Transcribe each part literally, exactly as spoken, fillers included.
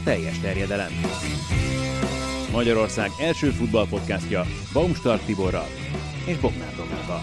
teljes terjedelem. Magyarország első futballpodcastja Baumstark Tiborral és Bognár Domával.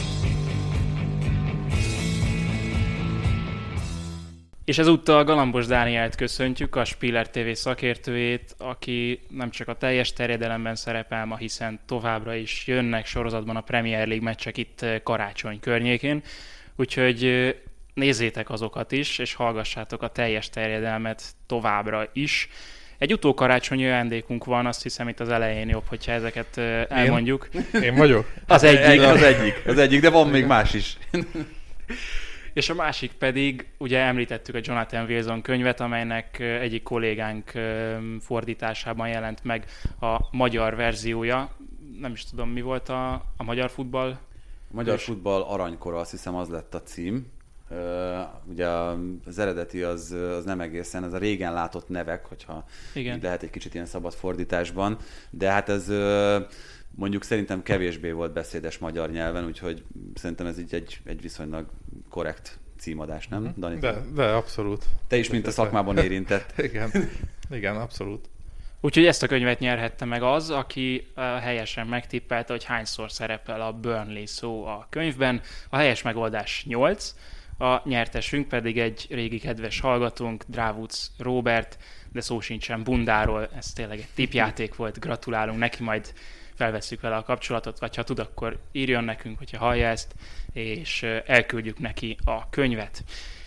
És ezúttal Galambos Dánielt köszöntjük, a Spiller té vé szakértőjét, aki nem csak a teljes terjedelemben szerepel ma, hiszen továbbra is jönnek sorozatban a Premier League meccsek itt karácsony környékén. Úgyhogy nézzétek azokat is, és hallgassátok a teljes terjedelmet továbbra is. Egy utókarácsonyi ajándékunk van, azt hiszem itt az elején jobb, hogyha ezeket elmondjuk. Én, Én vagyok? Az egyik. Az egyik, az egyik, de van még más is. És a másik pedig, ugye említettük a Jonathan Wilson könyvet, amelynek egyik kollégánk fordításában jelent meg a magyar verziója. Nem is tudom, mi volt a, a magyar futball? A magyar futball aranykora, azt hiszem az lett a cím. Uh, ugye az eredeti az, az nem egészen, ez a régen látott nevek, hogyha így lehet egy kicsit ilyen szabad fordításban, de hát ez uh, mondjuk szerintem kevésbé volt beszédes magyar nyelven, úgyhogy szerintem ez így egy, egy viszonylag korrekt címadás, nem? Dani? De, de abszolút. Te is, mint a szakmában érintett. Igen, igen, abszolút. Úgyhogy ezt a könyvet nyerhette meg az, aki uh, helyesen megtippelte, hogy hányszor szerepel a Burnley szó a könyvben. A helyes megoldás nyolc. A nyertesünk pedig egy régi kedves hallgatónk, Drávuc Róbert, de szó sincsen Bundáról, ez tényleg egy tippjáték volt, gratulálunk neki, majd felvesszük vele a kapcsolatot, vagy ha tud, akkor írjon nekünk, hogyha hallja ezt, és elküldjük neki a könyvet.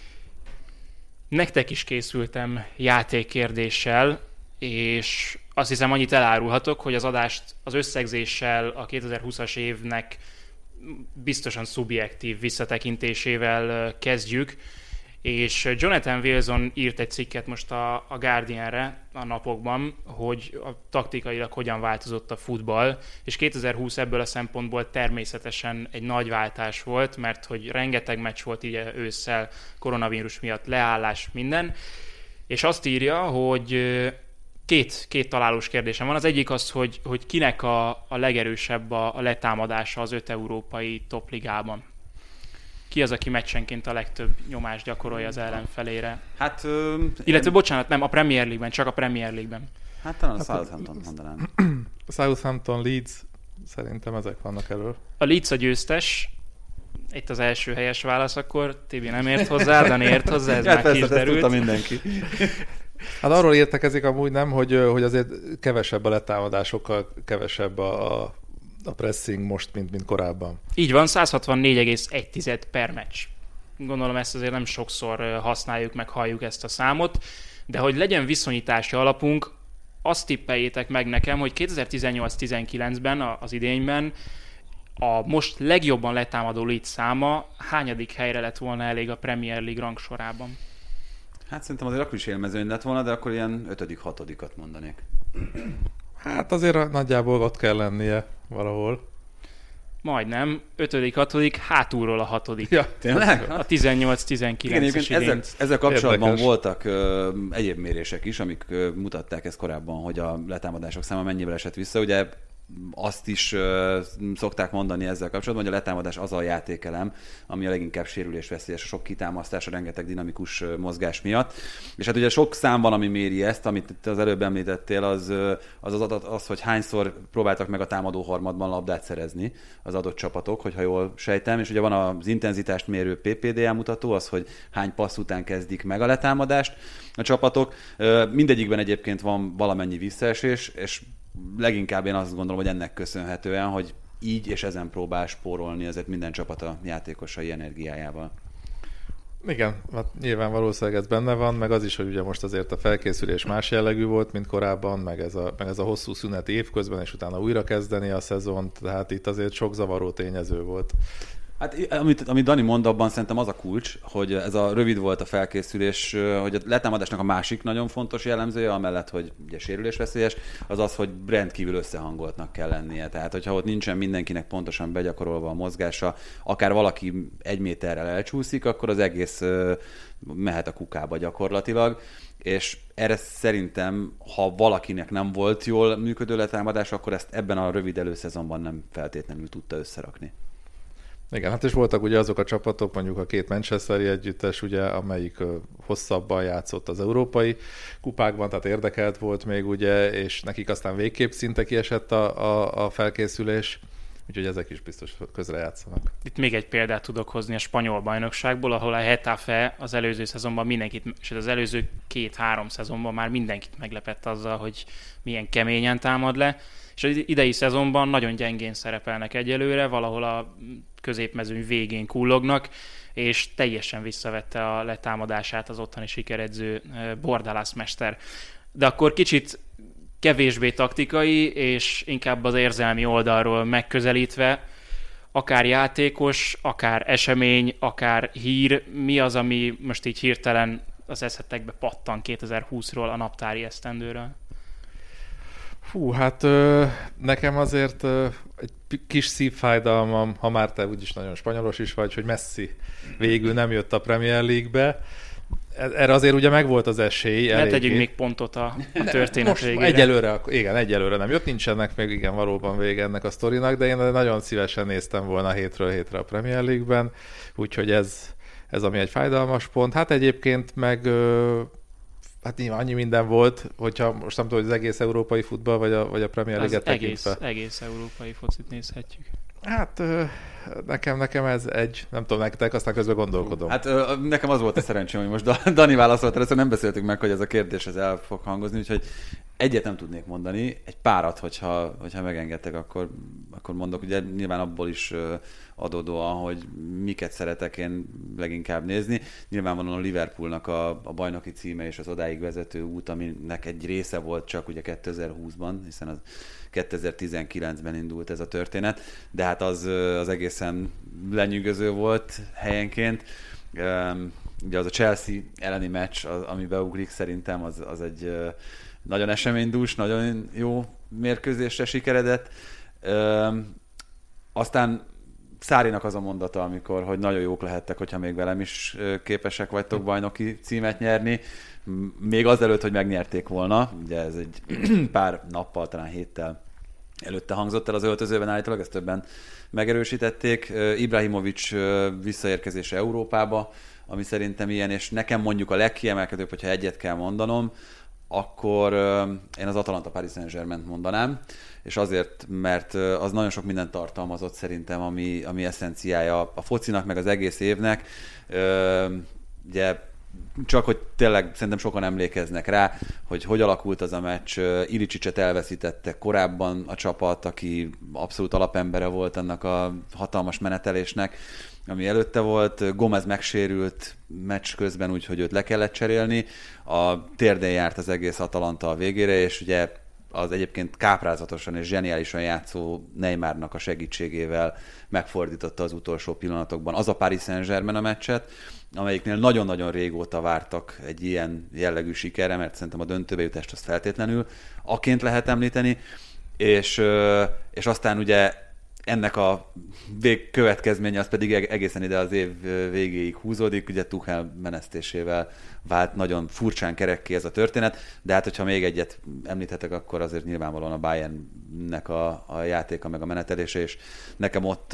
Nektek is készültem játékkérdéssel, és azt hiszem annyit elárulhatok, hogy az adást az összegzéssel a kétezer-húszas évnek biztosan szubjektív visszatekintésével kezdjük, és Jonathan Wilson írt egy cikket most a, a Guardianre a napokban, hogy a taktikailag hogyan változott a futball, és kétezer-húsz ebből a szempontból természetesen egy nagy váltás volt, mert hogy rengeteg meccs volt így ősszel, koronavírus miatt leállás, minden, és azt írja, hogy Két, két találós kérdésem van. Az egyik az, hogy, hogy kinek a, a legerősebb a, a letámadása az öt európai topligában. Ki az, aki meccsenként a legtöbb nyomást gyakorolja az ellenfelére? Hát, ö, Illetve, én... bocsánat, nem, a Premier League-ben, csak a Premier League-ben. Hát talán a Southampton mondanám. A Southampton, Leeds, szerintem ezek vannak elől. A Leeds a győztes. Itt az első helyes válasz, akkor Tibi nem ért hozzá, Dani ért hozzá, ez hát már ki is derült. mindenki. Hát arról értekezik amúgy nem, hogy, hogy azért kevesebb a letámadásokkal, kevesebb a, a pressing most, mint, mint korábban. Így van, száz hatvannégy egész egy per meccs. Gondolom ezt azért nem sokszor használjuk, meg halljuk ezt a számot, de hogy legyen viszonyítási alapunk, azt tippeljétek meg nekem, hogy kétezer-tizennyolc tizenkilencben, az idényben a most legjobban letámadó Leeds száma hányadik helyre lett volna elég a Premier League rangsorában? Hát szerintem azért akkor is élmezőny lett volna, de akkor ilyen ötödik, hatodikat mondanék. Hát azért nagyjából ott kell lennie valahol. Majdnem. Ötödik, hatodik, hátulról a hatodik. Ja, tényleg? A tizennyolc tizenkilences idény. Ezzel, ezzel kapcsolatban Érdekes. voltak ö, egyéb mérések is, amik ö, mutatták ezt korábban, hogy a letámadások száma mennyivel esett vissza. Ugye azt is uh, szokták mondani ezzel kapcsolatban, hogy a letámadás az a játékelem, ami a leginkább sérülésveszélyes, a sok kitámasztás, a rengeteg dinamikus uh, mozgás miatt. És hát ugye sok szám van, ami méri ezt, amit az előbb említettél, az uh, az, az adat az, hogy hányszor próbáltak meg a támadó harmadban labdát szerezni az adott csapatok, hogyha jól sejtem, és ugye van az intenzitást mérő pé pé dé á mutató, az, hogy hány passz után kezdik meg a letámadást a csapatok. Uh, mindegyikben egyébként van valamennyi visszaesés, és leginkább én azt gondolom, hogy ennek köszönhetően, hogy így és ezen próbál spórolni azért minden csapat a játékosai energiájával. Igen, hát nyilván valószínűleg ez benne van, meg az is, hogy ugye most azért a felkészülés más jellegű volt, mint korábban, meg ez a, meg ez a hosszú szünet évközben, és utána újra kezdeni a szezont, tehát itt azért sok zavaró tényező volt. Hát amit, amit Dani mond, abban szerintem az a kulcs, hogy ez a rövid volt a felkészülés, hogy a letámadásnak a másik nagyon fontos jellemzője, amellett, hogy ugye sérülésveszélyes, az az, hogy rendkívül összehangoltnak kell lennie. Tehát, hogyha ott nincsen mindenkinek pontosan begyakorolva a mozgása, akár valaki egy méterrel elcsúszik, akkor az egész mehet a kukába gyakorlatilag. És erre szerintem, ha valakinek nem volt jól működő letámadás, akkor ezt ebben a rövid előszezonban nem feltétlenül tudta összerakni. Igen, hát és voltak ugye azok a csapatok, mondjuk a két manchesteri együttes, ugye, amelyik hosszabban játszott az európai kupákban, tehát érdekelt volt még, ugye, és nekik aztán végképp szinte kiesett a, a, a felkészülés, úgyhogy ezek is biztos közre játszanak. Itt még egy példát tudok hozni a spanyol bajnokságból, ahol a Getafe az előző szezonban mindenkit, és az előző két-három szezonban már mindenkit meglepett azzal, hogy milyen keményen támad le, és az idei szezonban nagyon gyengén szerepelnek egyelőre, valahol a középmezőny végén kullognak, és teljesen visszavette a letámadását az ottani sikeredző Bordalas mester. De akkor kicsit kevésbé taktikai, és inkább az érzelmi oldalról megközelítve, akár játékos, akár esemény, akár hír, mi az, ami most így hirtelen az eszetekbe pattan kétezer-húszról, a naptári esztendőről? Hú, hát ö, nekem azért ö, egy kis szívfájdalmam, ha már te úgyis nagyon spanyolos is vagy, hogy Messi végül nem jött a Premier League-be. Erre azért ugye megvolt az esély. Ne tegyünk még pontot a, a történet Most végére. Egyelőre, igen, egyelőre nem jött, nincsenek még igen valóban vége ennek a sztorinak, de én nagyon szívesen néztem volna hétről hétre a Premier League-ben, úgyhogy ez, ez ami egy fájdalmas pont. Hát egyébként meg hát nyilván annyi minden volt, hogyha most nem tudom, hogy az egész európai futball, vagy a, vagy a Premier League-et tekintve. Egész, egész európai focit nézhetjük. Hát nekem, nekem ez egy, nem tudom, nektek, aztán közben gondolkodom. Hát nekem az volt a szerencsém, hogy most Dani válaszolt, először nem beszéltük meg, hogy ez a kérdés ez el fog hangozni, úgyhogy egyet nem tudnék mondani, egy párat, hogyha, hogyha megengedtek, akkor, akkor mondok, ugye nyilván abból is adódóan, hogy miket szeretek én leginkább nézni. Nyilvánvalóan a Liverpoolnak a, a bajnoki címe és az odáig vezető út, aminek egy része volt csak ugye kétezer-húszban, hiszen az kétezer-tizenkilencben indult ez a történet, de hát az, az egészen lenyűgöző volt helyenként. Ugye az a Chelsea elleni meccs, az, ami beugrik szerintem, az, az egy nagyon eseménydús, nagyon jó mérkőzésre sikeredett. Aztán Szárinak az a mondata, amikor, hogy nagyon jók lehettek, hogyha még velem is képesek vagytok bajnoki címet nyerni, még azelőtt, hogy megnyerték volna, ugye ez egy pár nappal, talán héttel előtte hangzott el az öltözőben állítólag, ezt többen megerősítették. Ibrahimovic visszaérkezése Európába, ami szerintem ilyen, és nekem mondjuk a legkiemelkedőbb, hogyha egyet kell mondanom, akkor én az Atalanta Paris Saint-Germaint mondanám, és azért, mert az nagyon sok mindent tartalmazott szerintem, ami, ami eszenciája a focinak, meg az egész évnek. Ugye csak, hogy tényleg szerintem sokan emlékeznek rá, hogy hogy alakult az a meccs. Ilicic-et elveszítette korábban a csapat, aki abszolút alapembere volt annak a hatalmas menetelésnek, ami előtte volt. Gomez megsérült meccs közben, úgyhogy őt le kellett cserélni. A térdén járt az egész Atalanta a végére, és ugye az egyébként káprázatosan és zseniálisan játszó Neymarnak a segítségével megfordította az utolsó pillanatokban az a Paris Saint-Germain a meccset, amelyiknél nagyon-nagyon régóta vártak egy ilyen jellegű sikerre, mert szerintem a döntőbe jutást azt feltétlenül aként lehet említeni, és, és aztán ugye ennek a végkövetkezménye az pedig egészen ide az év végéig húzódik, ugye Tuchel menesztésével vált nagyon furcsán kerekké ez a történet, de hát hogyha még egyet említhetek, akkor azért nyilvánvalóan a Bayernnek a, a játéka meg a menetelése, és nekem ott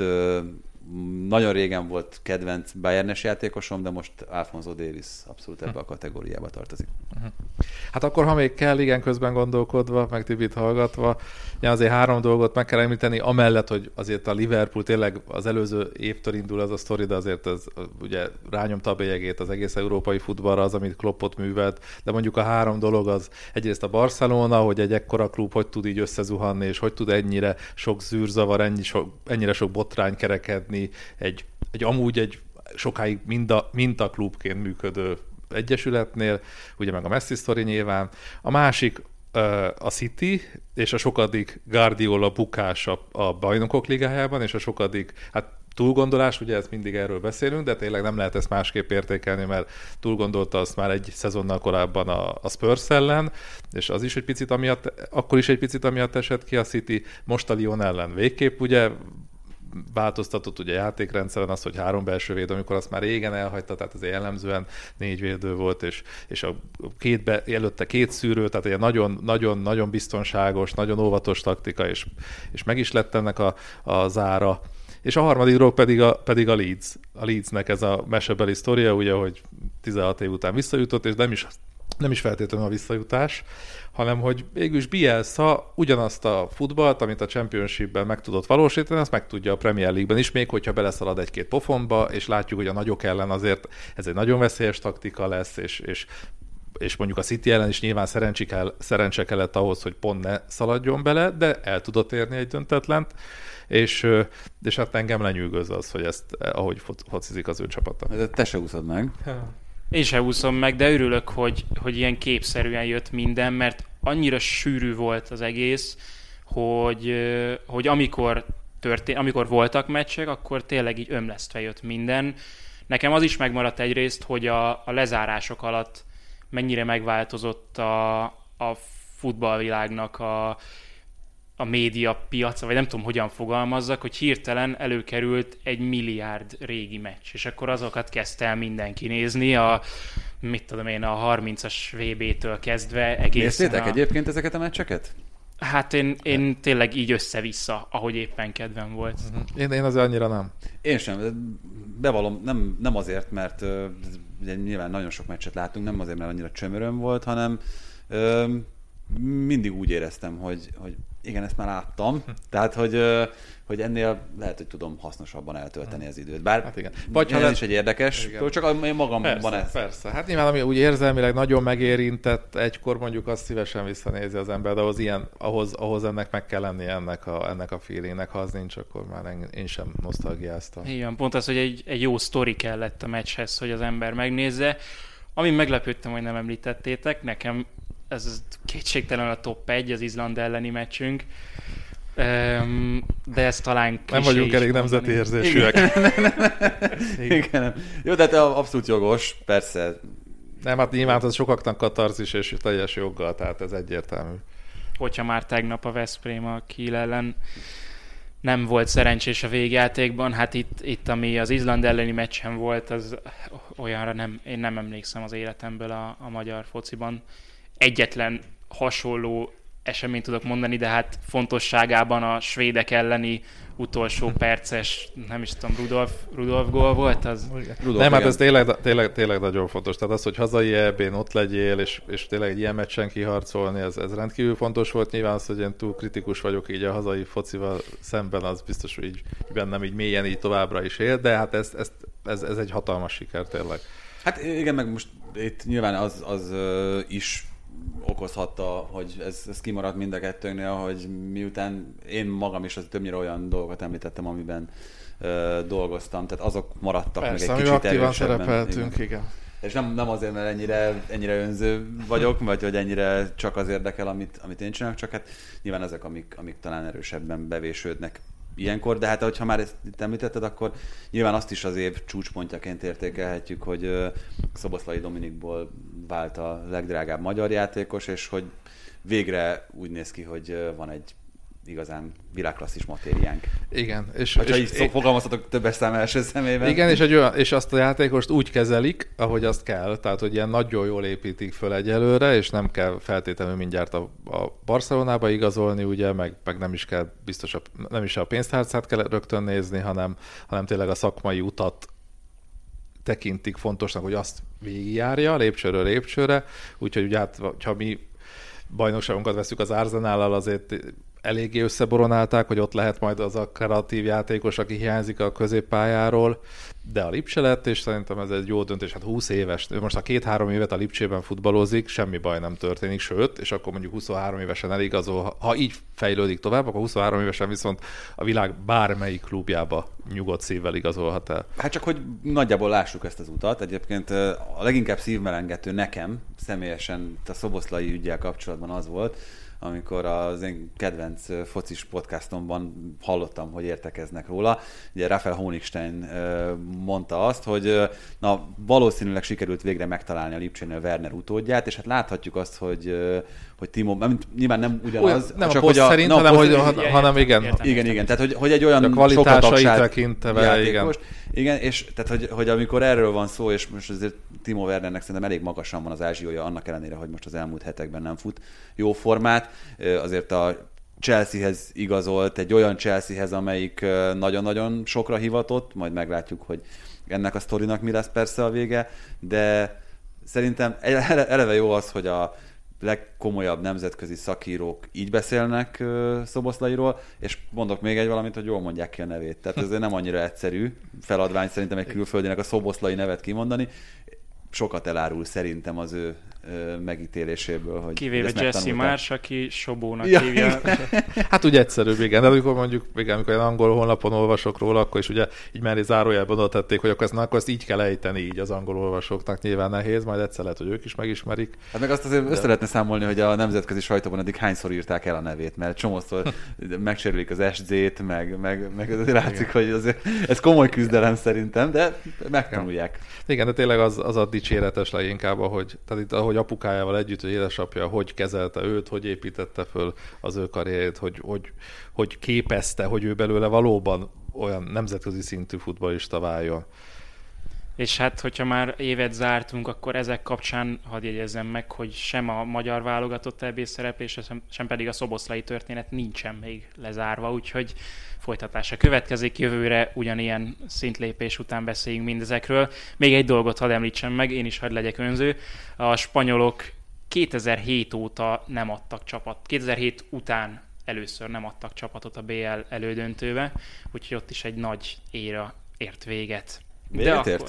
nagyon régen volt kedvenc Bayernes játékosom, de most Alphonso Davies abszolút ebbe a kategóriába tartozik. Hát akkor, ha még kell, igen, közben gondolkodva, meg Tibit hallgatva, ja, azért három dolgot meg kell említeni, amellett, hogy azért a Liverpool tényleg az előző évtől indul az a sztori, de azért ez ugye rányomta a bélyegét az egész európai futballra, az, amit Kloppot művelt, de mondjuk a három dolog az egyrészt a Barcelona, hogy egy ekkora klub hogy tud így összezuhanni, és hogy tud ennyire sok zűrzavar, ennyi sok, ennyire sok botrány kerekedni, egy, egy amúgy egy sokáig minda, mintaklubként működő egyesületnél, ugye meg a Messi sztori nyilván. A másik a City, és a sokadik Guardiola bukás a, a Bajnokok Ligájában, és a sokadik, hát túlgondolás, ugye ezt mindig erről beszélünk, de tényleg nem lehet ezt másképp értékelni, mert túlgondolta azt már egy szezonnal korábban a, a Spurs ellen, és az is egy picit amiatt, akkor is egy picit amiatt esett ki a City, most a Lyon ellen végképp, ugye változtatott ugye játékrendszeren az, hogy három belső védő, amikor azt már régen elhagyta, tehát azért jellemzően négy védő volt, és, és a két be, előtte két szűrő, tehát egy nagyon, nagyon, nagyon biztonságos, nagyon óvatos taktika, és, és meg is lett ennek a, a zára. És a harmadik dolog pedig a, pedig a Leeds. A Leedsnek ez a mesebeli sztoria, ugye, hogy tizenhat év után visszajutott, és nem is, nem is feltétlenül a visszajutás, hanem hogy végülis Bielsa ugyanazt a futballt, amit a Championshipben meg tudott valósítani, azt meg tudja a Premier League-ben is, még hogyha beleszalad egy-két pofonba, és látjuk, hogy a nagyok ellen azért ez egy nagyon veszélyes taktika lesz, és, és és mondjuk a City ellen is nyilván szerencse kellett ahhoz, hogy pont ne szaladjon bele, de el tudott érni egy döntetlent, és, és hát engem lenyűgöz az, hogy ezt, ahogy focizik az ő csapata. De te se úszod meg. Én se úszom meg, de örülök, hogy, hogy ilyen képszerűen jött minden, mert annyira sűrű volt az egész, hogy, hogy amikor, történ- amikor voltak meccsek, akkor tényleg így ömlesztve jött minden. Nekem az is megmaradt egyrészt, hogy a, a lezárások alatt mennyire megváltozott a, a futballvilágnak a, a média piaca, vagy nem tudom, hogyan fogalmazzak, hogy hirtelen előkerült egy milliárd régi meccs, és akkor azokat kezdte el mindenki nézni, a, mit tudom én, a harmincas vé bé-től kezdve egészen. Néztétek a... egyébként ezeket a meccseket? Hát én, én tényleg így össze-vissza, ahogy éppen kedvem volt. Uh-huh. Én, én azért annyira nem. Én sem. Bevallom, nem, nem azért, mert uh, ugye nyilván nagyon sok meccset látunk, nem azért, mert annyira csömöröm volt, hanem uh, mindig úgy éreztem, hogy, hogy igen, ezt már láttam. Tehát, hogy, uh, hogy ennél lehet, hogy tudom hasznosabban eltölteni az időt. Bár hát igen. Vagy ez le... is egy érdekes, igen. Csak én magamban persze, ez. Persze. Hát nyilván, ami úgy érzelmileg nagyon megérintett, egykor mondjuk azt szívesen visszanézi az ember, de ahhoz, ilyen, ahhoz, ahhoz ennek meg kell lennie ennek a, ennek a feelingnek. Ha az nincs, akkor már én sem nosztalgiáztam. Igen, pont az, hogy egy, egy jó sztori kellett a meccshez, hogy az ember megnézze. Amin meglepődtem, hogy nem említettétek, nekem ez kétségtelen a top egy, az Izland elleni meccsünk. Um, de ez talán nem vagyunk elég nemzeti érzésűek. Igen. Igen. Jó, de hát abszolút jogos, persze. Nem, hát nyilván az sokaknak katarzis és teljes joggal, tehát ez egyértelmű. Hogyha már tegnap a Veszprém a Kiel ellen nem volt szerencsés a végjátékban, hát itt, itt ami az Izland elleni meccsen volt, az olyanra nem, én nem emlékszem az életemből a, a magyar fociban. Egyetlen hasonló eseményt tudok mondani, de hát fontosságában a svédek elleni utolsó perces, nem is tudom, Rudolf, Rudolf gól volt az? Rudolf, nem, hát ez tényleg, tényleg, tényleg nagyon fontos. Tehát az, hogy hazai é bén ott legyél, és, és tényleg egy ilyen meccsen kiharcolni, ez, ez rendkívül fontos volt. Nyilván az, hogy én túl kritikus vagyok így a hazai focival szemben, az biztos, hogy így bennem így mélyen így továbbra is él, de hát ez, ez, ez, ez egy hatalmas siker tényleg. Hát igen, meg most itt nyilván az, az uh, is okozhatta, hogy ez, ez kimaradt mind a kettőnknél, hogy miután én magam is az többnyire olyan dolgokat említettem, amiben ö, dolgoztam, tehát azok maradtak persze, meg egy kicsit aktívan szerepeltünk, igen. igen. És nem, nem azért, mert ennyire, ennyire önző vagyok, vagy hogy ennyire csak az érdekel, amit, amit én csinálok, csak hát nyilván ezek, amik, amik talán erősebben bevésődnek ilyenkor, de hát hogyha már ezt itt említetted, akkor nyilván azt is az év csúcspontjaként értékelhetjük, hogy Szoboszlai Dominikból vált a legdrágább magyar játékos, és hogy végre úgy néz ki, hogy van egy igazán világklasszis matériánk. Igen. És, Vagy ha és így fogalmazhatok többes szám első szemében. Igen, és, egy olyan, és azt a játékost úgy kezelik, ahogy azt kell. Tehát, hogy ilyen nagyon jól építik föl egyelőre, és nem kell feltétlenül mindjárt a, a Barcelonába igazolni, ugye, meg, meg nem is kell biztos, a, nem is a pénztárcát kell rögtön nézni, hanem, hanem tényleg a szakmai utat tekintik fontosnak, hogy azt végigjárja lépcsőről lépcsőre. Úgyhogy ugye hát, ha mi bajnokságunkat veszük az Arsenállal, azért eléggé összeboronálták, hogy ott lehet majd az a kreatív játékos, aki hiányzik a középpályáról, de a Lipcse lett, és szerintem ez egy jó döntés, hát húsz éves, most a két-három évet a Lipcsében futballozik, semmi baj nem történik, sőt, és akkor mondjuk huszonhárom évesen eligazol, ha így fejlődik tovább, akkor huszonhárom évesen viszont a világ bármelyik klubjába nyugodt szívvel igazolhat el. Hát csak, hogy nagyjából lássuk ezt az utat, egyébként a leginkább szívmelengető nekem személyesen a szoboszlai üggyel kapcsolatban az volt, amikor az én kedvenc focis podcastomban hallottam, hogy értekeznek róla. Ugye Rafael Honigstein mondta azt, hogy na, valószínűleg sikerült végre megtalálni a Lipcsénél Werner utódját, és hát láthatjuk azt, hogy, hogy Timo, nyilván nem ugyanaz, olyan, nem csak a hogy a, szerint, nem hanem, poszt, hogy, igen, hanem igen. Igen, igen, igen, tehát hogy, hogy egy olyan kvalitásait tekintve, játékos. Igen, és tehát, hogy, hogy amikor erről van szó, és most azért Timo Wernernek szerintem elég magasan van az ázsiója, annak ellenére, hogy most az elmúlt hetekben nem fut jó formát, azért a Chelseahez igazolt, egy olyan Chelseahez, amelyik nagyon-nagyon sokra hivatott, majd meglátjuk, hogy ennek a sztorinak mi lesz persze a vége, de szerintem eleve jó az, hogy a legkomolyabb nemzetközi szakírók így beszélnek Szoboszlairól, és mondok még egy valamit, hogy jól mondják ki a nevét. Tehát ez nem annyira egyszerű feladvány szerintem egy külföldinek a Szoboszlai nevet kimondani. Sokat elárul szerintem az ő megítéléséből, hogy kivéve Jesse Marsh, aki Sobónak ja, hívja. Hát ugye egyszerűbb, igen, de amikor mondjuk, igen, amikor egy angol honlapon olvasok róla, akkor is ugye így már zárójelben oda tették, hogy akkor ezt, na, akkor ezt így kell ejteni így az angol olvasóknak, nyilván nehéz, majd egyszer lehet, hogy ők is megismerik. Hát meg azt azért de... össze lehetne számolni, hogy a nemzetközi sajtóban eddig hányszor írták el a nevét, mert csomószor megsérülik az es zét, meg, meg, meg azért látszik, igen. hogy azért ez komoly küzdelem szerintem, de megtanulják. Igen, de tényleg az, az a dicséretes leginkább, ahogy, tehát itt, ahogy apukájával együtt, hogy édesapja hogy kezelte őt, hogy építette föl az ő karrierét, hogy, hogy, hogy képezte, hogy ő belőle valóban olyan nemzetközi szintű futballista váljon. És hát, hogyha már évet zártunk, akkor ezek kapcsán hadd jegyezzem meg, hogy sem a magyar válogatott é bé szereplése, sem pedig a Szoboszlai történet nincsen még lezárva, úgyhogy folytatása következik. Jövőre ugyanilyen szintlépés után beszéljünk mindezekről. Még egy dolgot hadd említsem meg, én is hadd legyek önző. A spanyolok kétezer-hét óta nem adtak csapat. kétezer-hét után először nem adtak csapatot a bé el elődöntőbe, úgyhogy ott is egy nagy éra ért véget. De akkor... ért?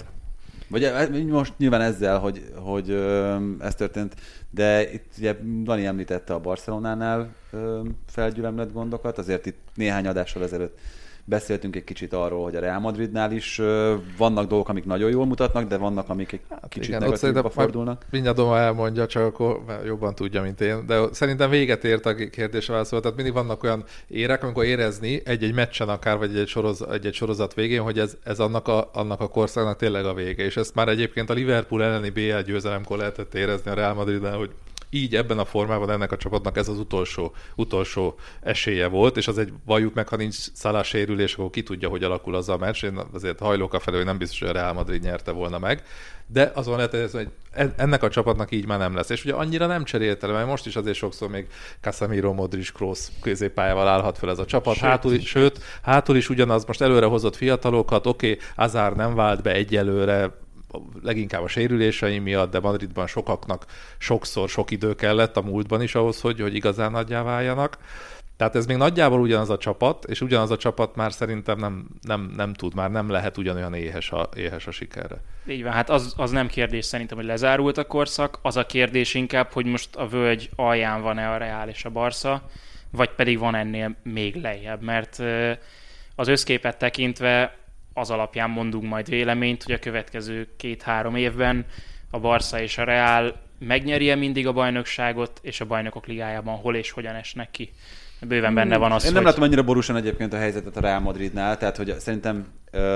Vagy most nyilván ezzel, hogy, hogy ö, ez történt, de itt ugye Dani említette a Barcelonánál ö, felgyülemlett gondokat, azért itt néhány adással ezelőtt beszéltünk egy kicsit arról, hogy a Real Madridnál is ö, vannak dolgok, amik nagyon jól mutatnak, de vannak, amik egy hát kicsit igen, negatívba fordulnak. Mindjárt Doma elmondja, csak akkor jobban tudja, mint én, de szerintem véget ért a kérdésre válaszol. Tehát mindig vannak olyan érek, amikor érezni egy-egy meccsen akár, vagy egy-egy sorozat, egy-egy sorozat végén, hogy ez, ez annak, a, annak a korszaknak tényleg a vége. És ezt már egyébként a Liverpool elleni bé el győzelemkor lehetett érezni a Real Madridnál, hogy így ebben a formában ennek a csapatnak ez az utolsó, utolsó esélye volt, és az egy, valljuk meg, ha nincs Salah sérülés, akkor ki tudja, hogy alakul az a meccs. Én azért hajlok a felé, hogy nem biztos, hogy a Real Madrid nyerte volna meg, de azon lehet érezni, hogy ennek a csapatnak így már nem lesz. És ugye annyira nem cserélte, mert most is azért sokszor még Casemiro, Modric, Kroos középpályával állhat fel ez a csapat. Sőt, hátul is, sőt, hátul is ugyanaz, most előre hozott fiatalokat, oké, okay, Hazard nem vált be egyelőre, leginkább a sérülései miatt, de Madridban sokaknak sokszor sok idő kellett a múltban is ahhoz, hogy, hogy igazán nagyjá váljanak. Tehát ez még nagyjából ugyanaz a csapat, és ugyanaz a csapat már szerintem nem, nem, nem tud, már nem lehet ugyanolyan éhes a, éhes a sikerre. Így van, hát az, az nem kérdés szerintem, hogy lezárult a korszak, az a kérdés inkább, hogy most a völgy alján van-e a Real és a Barca, vagy pedig van ennél még lejjebb, mert az összképet tekintve az alapján mondunk majd véleményt, hogy a következő két-három évben a Barca és a Real megnyeri-e mindig a bajnokságot, és a Bajnokok Ligájában hol és hogyan esnek ki. Bőven benne van az, Én nem hogy... látom annyira borúsan egyébként a helyzetet a Real Madridnál, tehát hogy szerintem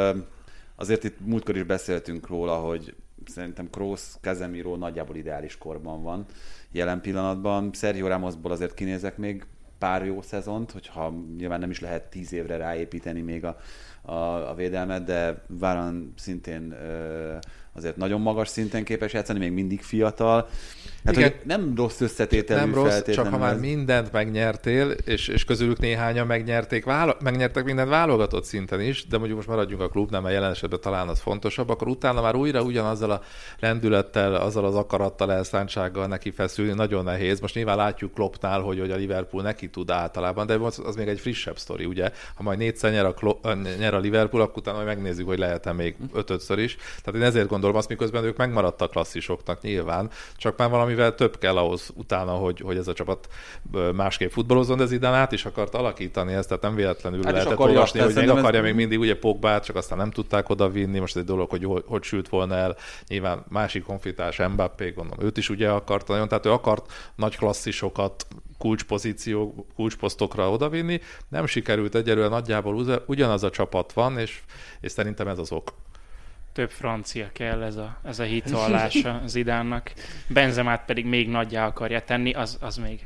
azért itt múltkor is beszéltünk róla, hogy szerintem Kroos, Casemiro nagyjából ideális korban van jelen pillanatban. Sergio Ramosból azért kinézek még pár jó szezont, hogyha nyilván nem is lehet tíz évre ráépíteni még a, a, a védelmet, de Varane szintén ö, azért nagyon magas szinten képes játszani, még mindig fiatal. Hát, hogy nem rossz összetételű nem rossz, feltétlenül. csak ha már mindent megnyertél, és, és közülük néhányan megnyerték, válo- megnyertek mindent válogatott szinten is, de mondjuk most maradjunk a klubnál, mert jelen esetben talán az fontosabb, akkor utána már újra ugyanazzal a lendülettel, azzal az akarattal, elszántsággal neki feszülni nagyon nehéz. Most nyilván látjuk Kloppnál, hogy, hogy a Liverpool neki tud általában, de az, az még egy frissebb sztori, ugye? Ha majd négyszer nyer a, Klopp, nyer a Liverpool, akkor utána majd megnézzük, hogy lehet-e még ötödször is. Tehát én ezért gondolom azt, miközben ők megmaradtak klasszisoknak nyilván, csak már valami mivel több kell ahhoz utána, hogy, hogy ez a csapat másképp futballozzon, de Zidane át is akart alakítani ezt, tehát nem véletlenül hát lehetett olvasni, hogy még akarja ez... még mindig ugye Pogbát, csak aztán nem tudták oda vinni, most egy dolog, hogy hogy, hogy sült volna el, nyilván másik konfliktás Mbappé, gondolom, őt is ugye akarta nagyon, tehát ő akart nagy klasszisokat kulcspozíció, kulcsposztokra odavinni, nem sikerült egyelőre, nagyjából ugyanaz a csapat van, és, és szerintem ez az ok. Több francia kell ez a, ez a hitvallása Zidánnak. Benzemát pedig még nagyjá akarja tenni, az, az még...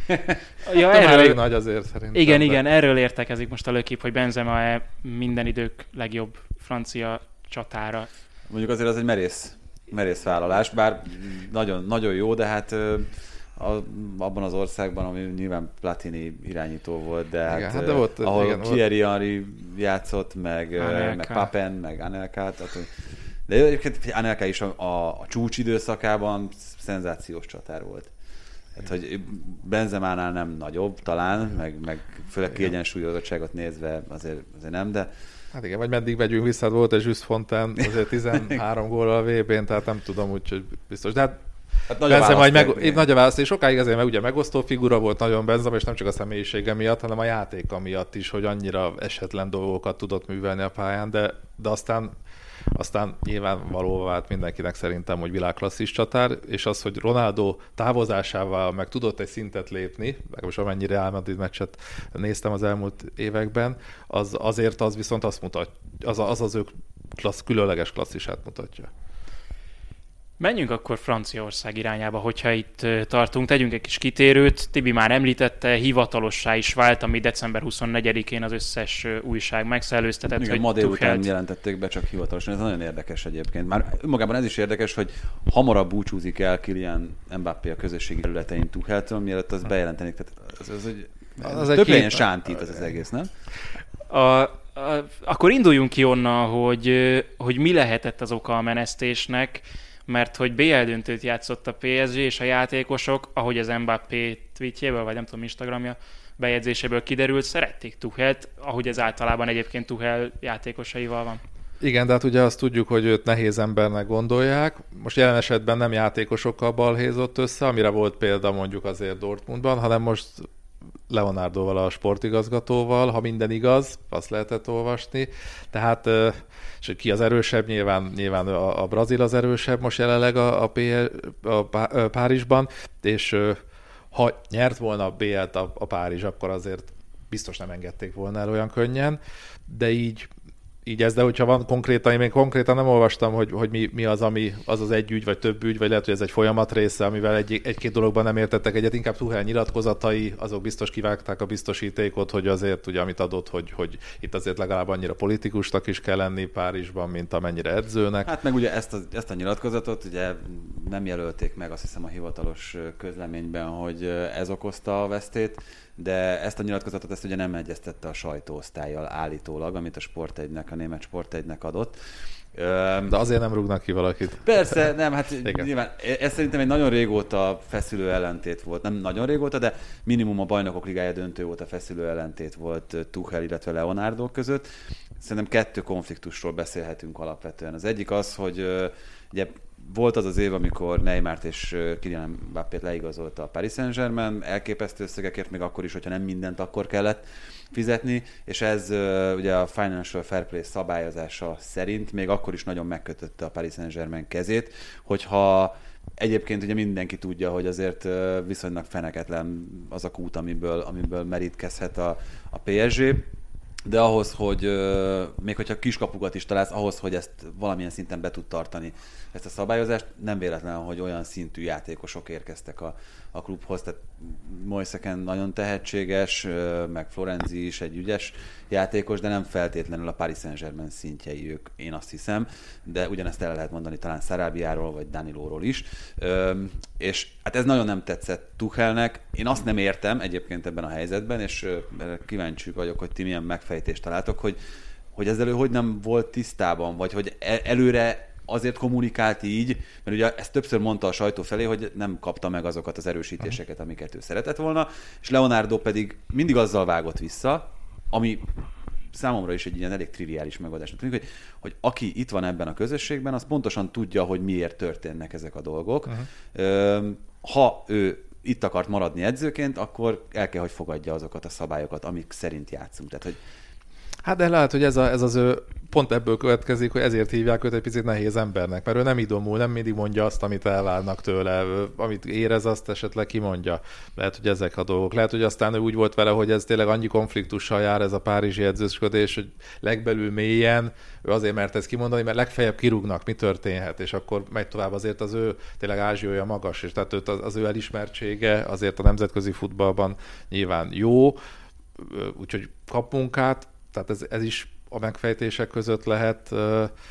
Ja, erről... elég nagy azért szerintem. Igen, de... igen, erről értekezik most a lökép, hogy Benzema minden idők legjobb francia csatára. Mondjuk azért az egy merész, merész vállalás, bár nagyon, nagyon jó, de hát a, abban az országban, ami nyilván Platini irányító volt, de, igen, hát, hát de volt, ahol igen, Thierry Henry játszott, meg, meg Papen, meg Anelka, tehát, de egyébként Anelka is a, a, a csúcs időszakában szenzációs csatár volt. Tehát, hogy Benzemánál nem nagyobb talán, meg, meg főleg kiegyensúlyozottságot nézve azért, azért nem, de hát igen, vagy meddig megyünk vissza, volt egy Just Fontaine, azért tizenhárom góllal a vé bén, tehát nem tudom, úgyhogy biztos. De hát, hát nagy Benzema, a meg, én nagy a választ, és sokáig azért, mert ugye megosztó figura volt nagyon Benzema, és nem csak a személyisége miatt, hanem a játéka miatt is, hogy annyira esetlen dolgokat tudott művelni a pályán, de, de aztán Aztán nyilvánvalóvá vált mindenkinek szerintem, hogy világklasszis csatár, és az, hogy Ronaldo távozásával meg tudott egy szintet lépni, legalábbis amennyire Real Madrid meccset néztem az elmúlt években, az azért az viszont azt mutat, az az, az ő klassz, különleges klasszisát mutatja. Menjünk akkor Franciaország irányába, hogyha itt tartunk. Tegyünk egy kis kitérőt. Tibi már említette, hivatalossá is vált, ami december huszonnegyedikén az összes újság megszellőztetett. Igen, ma délután jelentették be, csak hivatalosan. Ez nagyon érdekes egyébként. Már önmagában ez is érdekes, hogy hamarabb búcsúzik el Kylian Mbappé a közösségi területein Tucheltől, mielőtt azt bejelentenik. Tehát az, az, az, az több ilyen sántít az, az egész, nem? A, a, akkor induljunk ki onnan, hogy, hogy mi lehetett az oka a menesztésnek, mert hogy bé el döntőt játszott a pé es gé, és a játékosok, ahogy az Mbappé tweetjéből, vagy nem tudom, Instagramja bejegyzéséből kiderült, szerették Tuchelt, ahogy ez általában egyébként Tuchel játékosaival van. Igen, de hát ugye azt tudjuk, hogy őt nehéz embernek gondolják. Most jelen esetben nem játékosokkal balhézott össze, amire volt példa mondjuk azért Dortmundban, hanem most Leonardoval, a sportigazgatóval, ha minden igaz, azt lehetett olvasni. Tehát, és ki az erősebb, nyilván, nyilván a, a brazil az erősebb most jelenleg a, a, P, a Párizsban, és ha nyert volna a bé el-t a, a Párizs, akkor azért biztos nem engedték volna el olyan könnyen, de így így ez, de hogyha van konkrétan, én még konkrétan nem olvastam, hogy, hogy mi, mi az, ami az az egy ügy, vagy több ügy, vagy lehet, hogy ez egy folyamat része, amivel egy, egy-két dologban nem értettek egyet, inkább Tuchel nyilatkozatai, azok biztos kivágták a biztosítékot, hogy azért, ugye, amit adott, hogy, hogy itt azért legalább annyira politikusnak is kell lenni Párizsban, mint amennyire edzőnek. Hát meg ugye ezt a, ezt a nyilatkozatot ugye nem jelölték meg, azt hiszem a hivatalos közleményben, hogy ez okozta a vesztét, de ezt a nyilatkozatot ezt ugye nem egyeztette a sajtóosztállyal állítólag, amit a Sport egynek, a német Sport egynek adott. De azért nem rúgnak ki valakit. Persze, nem, hát nyilván ez szerintem egy nagyon régóta feszülő ellentét volt. Nem nagyon régóta, de minimum a Bajnokok Ligája döntő volt a feszülő ellentét volt Tuchel, illetve Leonardo között. Szerintem kettő konfliktusról beszélhetünk alapvetően. Az egyik az, hogy ugye volt az az év, amikor Neymart és Kylian Mbappét leigazolta a Paris Saint-Germain, elképesztő összegekért, még akkor is, hogyha nem mindent akkor kellett fizetni, és ez ugye a Financial Fair Play szabályozása szerint még akkor is nagyon megkötötte a Paris Saint-Germain kezét, hogyha egyébként ugye mindenki tudja, hogy azért viszonylag feneketlen az a kút, amiből, amiből merítkezhet a, a pé es gé, de ahhoz, hogy még hogyha kiskapukat is találsz, ahhoz, hogy ezt valamilyen szinten be tud tartani ezt a szabályozást, nem véletlen, hogy olyan szintű játékosok érkeztek a, a klubhoz, tehát Moiseken nagyon tehetséges, meg Florenzi is egy ügyes játékos, de nem feltétlenül a Paris Saint-Germain szintjei ők, én azt hiszem, de ugyanezt el lehet mondani talán Sarabiáról, vagy Danilóról is, és hát ez nagyon nem tetszett Tuchelnek. Én azt nem értem egyébként ebben a helyzetben, és kíváncsi vagyok, hogy ti milyen megfejtést találtok, hogy, hogy ezzel ő hogy nem volt tisztában, vagy hogy előre azért kommunikált így, mert ugye ezt többször mondta a sajtó felé, hogy nem kapta meg azokat az erősítéseket, amiket ő szeretett volna, és Leonardo pedig mindig azzal vágott vissza, ami számomra is egy ilyen elég triviális megoldásnak tűnik, hogy, hogy aki itt van ebben a közösségben, az pontosan tudja, hogy miért történnek ezek a dolgok. Uh-huh. Ha ő itt akart maradni edzőként, akkor el kell, hogy fogadja azokat a szabályokat, amik szerint játszunk. Tehát, hogy hát de lehet, hogy ez, a, ez az ő, pont ebből következik, hogy ezért hívják őt egy picit nehéz embernek, mert ő nem idomul, nem mindig mondja azt, amit elvárnak tőle, amit érez, azt esetleg kimondja. Lehet, hogy ezek a dolgok. Lehet, hogy aztán ő úgy volt vele, hogy ez tényleg annyi konfliktussal jár ez a párizsi edzősködés, hogy legbelül mélyen ő azért mert ezt kimondani, mert legfeljebb kirúgnak, mi történhet, és akkor megy tovább. Azért az ő tényleg ázsiója magas, és tehát őt az, az ő elismertsége azért a nemzetközi futballban nyilván jó, úgyhogy kap munkát. Tehát ez, ez is a megfejtések között lehet,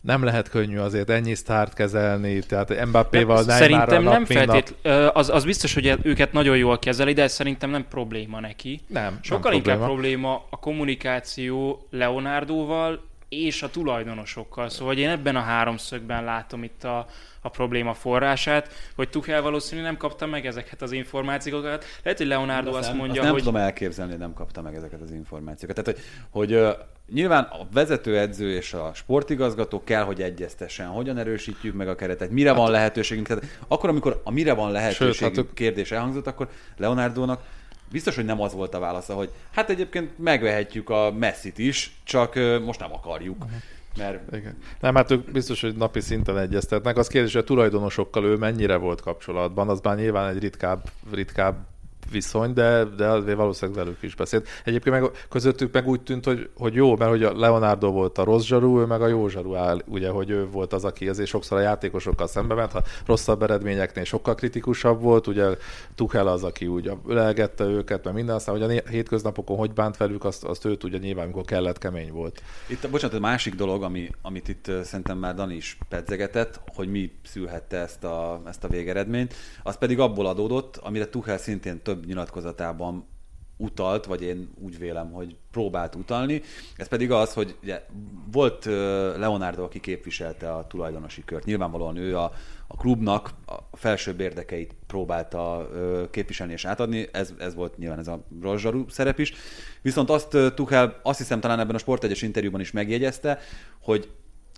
nem lehet könnyű azért ennyi sztárt kezelni, tehát Mbappéval, Neymarral szerintem nap, nem mint feltétlenül, az, az biztos, hogy őket nagyon jól kezeli, de ez szerintem nem probléma neki. Nem, Sokkal nem inkább probléma. probléma a kommunikáció Leonardoval és a tulajdonosokkal. Szóval én ebben a háromszögben látom itt a, a probléma forrását, hogy Tuchel valószínűleg nem kapta meg ezeket az információkat. Lehet, hogy Leonardo azt, azt nem, mondja, azt nem hogy... tudom elképzelni, hogy nem kapta meg ezeket az információkat. Tehát, hogy, hogy uh, nyilván a vezetőedző és a sportigazgató kell, hogy egyeztessen, hogyan erősítjük meg a keretet, mire van lehetőségünk. Tehát akkor, amikor a mire van lehetőségünk Sőt, hát ők... kérdés elhangzott, akkor Leonardónak biztos, hogy nem az volt a válasza, hogy hát egyébként megvehetjük a Messit is, csak uh, most nem akarjuk. Uh-huh. Mert... Igen. Nem, hát ők biztos, hogy napi szinten egyeztetnek. Az kérdés, hogy a tulajdonosokkal ő mennyire volt kapcsolatban, az már nyilván egy ritkább, ritkább viszony, de, de azért valószínűleg velük is beszélt. Egyébként meg közöttük meg úgy tűnt, hogy, hogy jó, mert hogy a Leonardo volt a rossz zsarú, ő meg a jó zsarú áll, ugye, hogy ő volt az, aki azért sokszor a játékosokkal szembe ment, ha rosszabb eredményeknél sokkal kritikusabb volt, ugye Tuchel az, aki úgy ölelgette őket, meg minden, aztán, hogy a hétköznapokon hogy bánt velük, azt, azt ő tudja nyilván, amikor kellett, kemény volt. Itt, bocsánat, a másik dolog, ami, amit itt szerintem már Dani is pedzegetett, hogy mi szülhette ezt a, ezt a végeredményt, az pedig abból adódott, amire Tuchel szintén több nyilatkozatában utalt, vagy én úgy vélem, hogy próbált utalni. Ez pedig az, hogy ugye, volt Leonardo, aki képviselte a tulajdonosi kört. Nyilvánvalóan ő a, a klubnak a felsőbb érdekeit próbálta képviselni és átadni, ez, ez volt nyilván ez a rossz zsarú szerep is. Viszont azt Tuchel, azt hiszem talán ebben a Sport egyes interjúban is megjegyezte, hogy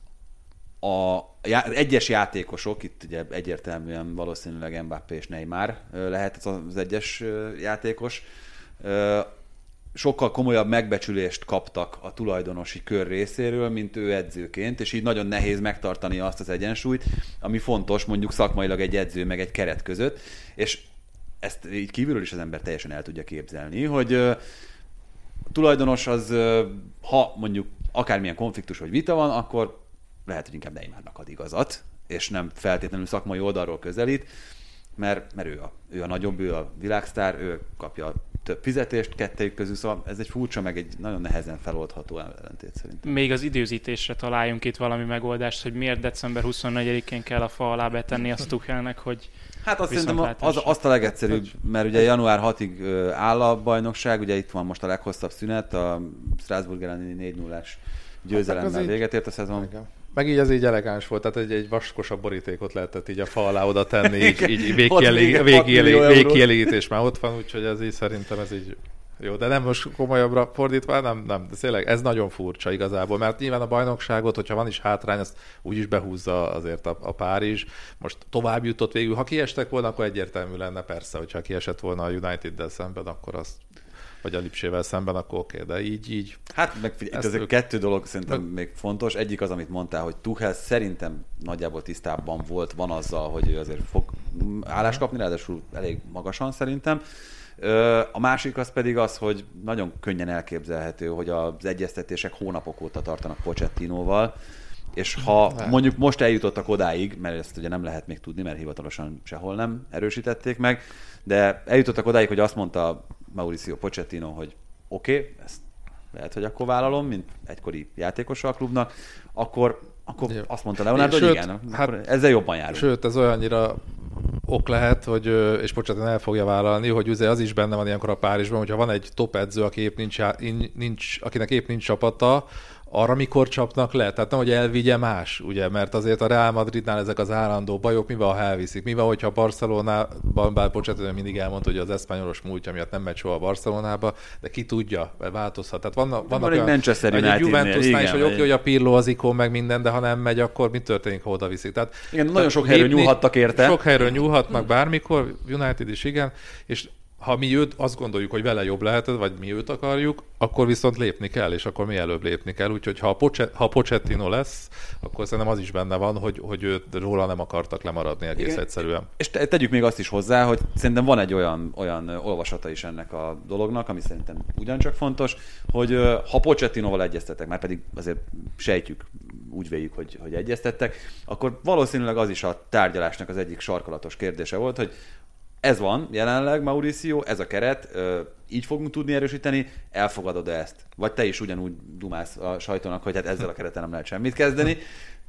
a já- egyes játékosok, itt ugye egyértelműen valószínűleg Mbappé és Neymar lehet ez az egyes játékos, sokkal komolyabb megbecsülést kaptak a tulajdonosi kör részéről, mint ő edzőként, és így nagyon nehéz megtartani azt az egyensúlyt, ami fontos mondjuk szakmailag egy edző meg egy keret között, és ezt így kívülről is az ember teljesen el tudja képzelni, hogy a tulajdonos az, ha mondjuk akármilyen konfliktus vagy vita van, akkor lehet, hogy inkább Neymarnak ad igazat, és nem feltétlenül szakmai oldalról közelít, mert, mert ő, a, ő a nagyobb, ő a világsztár, ő kapja több fizetést kettejük közül, szóval ez egy furcsa, meg egy nagyon nehezen feloldható ellentét szerintem. Még az időzítésre találjunk itt valami megoldást, hogy miért december huszonnegyedikén kell a fa alá betenni azt Tuchelnek, hogy hát azt szerintem az, azt a legegyszerűbb, mert ugye január hatodikig áll a bajnokság, ugye itt van most a leghosszabb szünet, a Strasbourg elleni négy nullás győzelemmel véget ért a szezon. Igen. Meg így az így elegáns volt, tehát egy, egy vaskosabb borítékot lehetett így a fa alá oda tenni, így, így végkielégítés már ott van, úgyhogy ez így szerintem ez így jó, de nem most komolyabbra fordítva, nem, nem, de tényleg ez nagyon furcsa igazából, mert nyilván a bajnokságot, hogyha van is hátrány, azt úgyis behúzza azért a, a Párizs. Most tovább jutott végül, ha kiestek volna, akkor egyértelmű lenne persze, hogyha kiesett volna a United-del szemben, akkor azt vagy a Lipsével szemben, akkor oké, okay, de így, így. Hát meg figyelj, itt ezek ők... kettő dolog szerintem meg... még fontos. Egyik az, amit mondtál, hogy Tuchel szerintem nagyjából tisztában volt, van azzal, hogy ő azért fog állást kapni, ráadásul elég magasan szerintem. A másik az pedig az, hogy nagyon könnyen elképzelhető, hogy az egyeztetések hónapok óta tartanak Pochettinóval, és ha lehet. Mondjuk most eljutottak odáig, mert ezt ugye nem lehet még tudni, mert hivatalosan sehol nem erősítették meg, de eljutottak odáig, hogy azt mondta Mauricio Pochettino, hogy oké, okay, ezt lehet, hogy akkor vállalom, mint egykori játékosa a klubnak, akkor, akkor azt mondta Leonardo, hogy igen, hát, ezzel jobban járunk. Sőt, ez olyannyira ok lehet, hogy, és Pochettino el fogja vállalni, hogy ugye az is benne van ilyenkor a Párizsban, hogyha van egy top edző, aki épp nincs, nincs, akinek épp nincs csapata, arra mikor csapnak le? Tehát nem, hogy elvigye más, ugye, mert azért a Real Madridnál ezek az állandó bajok, mi van, ha elviszik? Mi van, hogyha Barcelonában, bár Pochettino mindig elmondta, hogy az eszpanyolos múltja miatt nem megy soha a Barcelonába, de ki tudja, változhat. Tehát vannak, vannak olyan, Manchester egy Juventusnál is, hogy oké, hogy a Pirlo az ikon meg minden, de ha nem megy, akkor mi történik, ha oda viszik? Tehát, igen, nagyon sok helyről nyúlhattak érte. Sok helyről nyúlhatnak bármikor, United is igen, és ha mi őt azt gondoljuk, hogy vele jobb lehet, vagy mi őt akarjuk, akkor viszont lépni kell, és akkor mi előbb lépni kell. Úgyhogy ha a, Pochet, ha a Pochettino lesz, akkor szerintem az is benne van, hogy, hogy őt róla nem akartak lemaradni egész igen. egyszerűen. És te, tegyük még azt is hozzá, hogy szerintem van egy olyan, olyan olvasata is ennek a dolognak, ami szerintem ugyancsak fontos, hogy ha Pochettinoval egyeztetek, már pedig azért sejtjük, úgy véljük, hogy, hogy egyeztettek, akkor valószínűleg az is a tárgyalásnak az egyik sarkalatos kérdése volt, hogy ez van jelenleg, Mauricio, ez a keret, így fogunk tudni erősíteni, elfogadod ezt? Vagy te is ugyanúgy dumálsz a sajtónak, hogy hát ezzel a keretten nem lehet semmit kezdeni.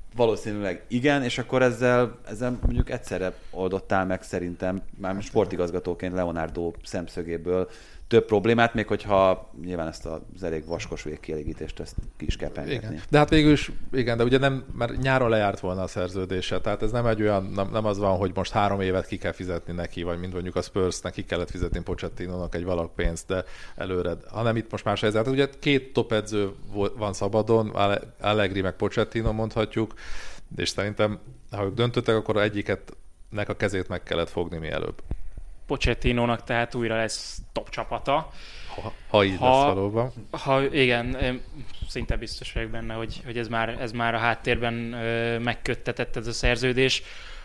valószínűleg igen, és akkor ezzel, ezzel mondjuk egyszerre oldottál meg szerintem, már sportigazgatóként Leonardo szemszögéből több problémát, még hogyha nyilván ezt az elég vaskos végkielégítést ezt ki is kell pengetni. Igen. De hát végül is, igen, de ugye nem, mert nyáron lejárt volna a szerződése, tehát ez nem egy olyan, nem, nem az van, hogy most három évet ki kell fizetni neki, vagy mint mondjuk a Spursnek ki kellett fizetni Pochettinónak egy valak pénzt, de előre, hanem itt most más helyzet. Ugye két top edző van szabadon, Allegri meg Pochettino mondhatjuk, és szerintem, ha ők döntöttek, akkor egyiket nek a kezét meg kellett fogni mielőbb. Pochettinónak tehát újra lesz top csapata. Ha, ha így ha, lesz valóban. Ha, igen, szinte biztos vagyok benne, hogy, hogy ez, már, ez már a háttérben megköttetett ez a szerződés.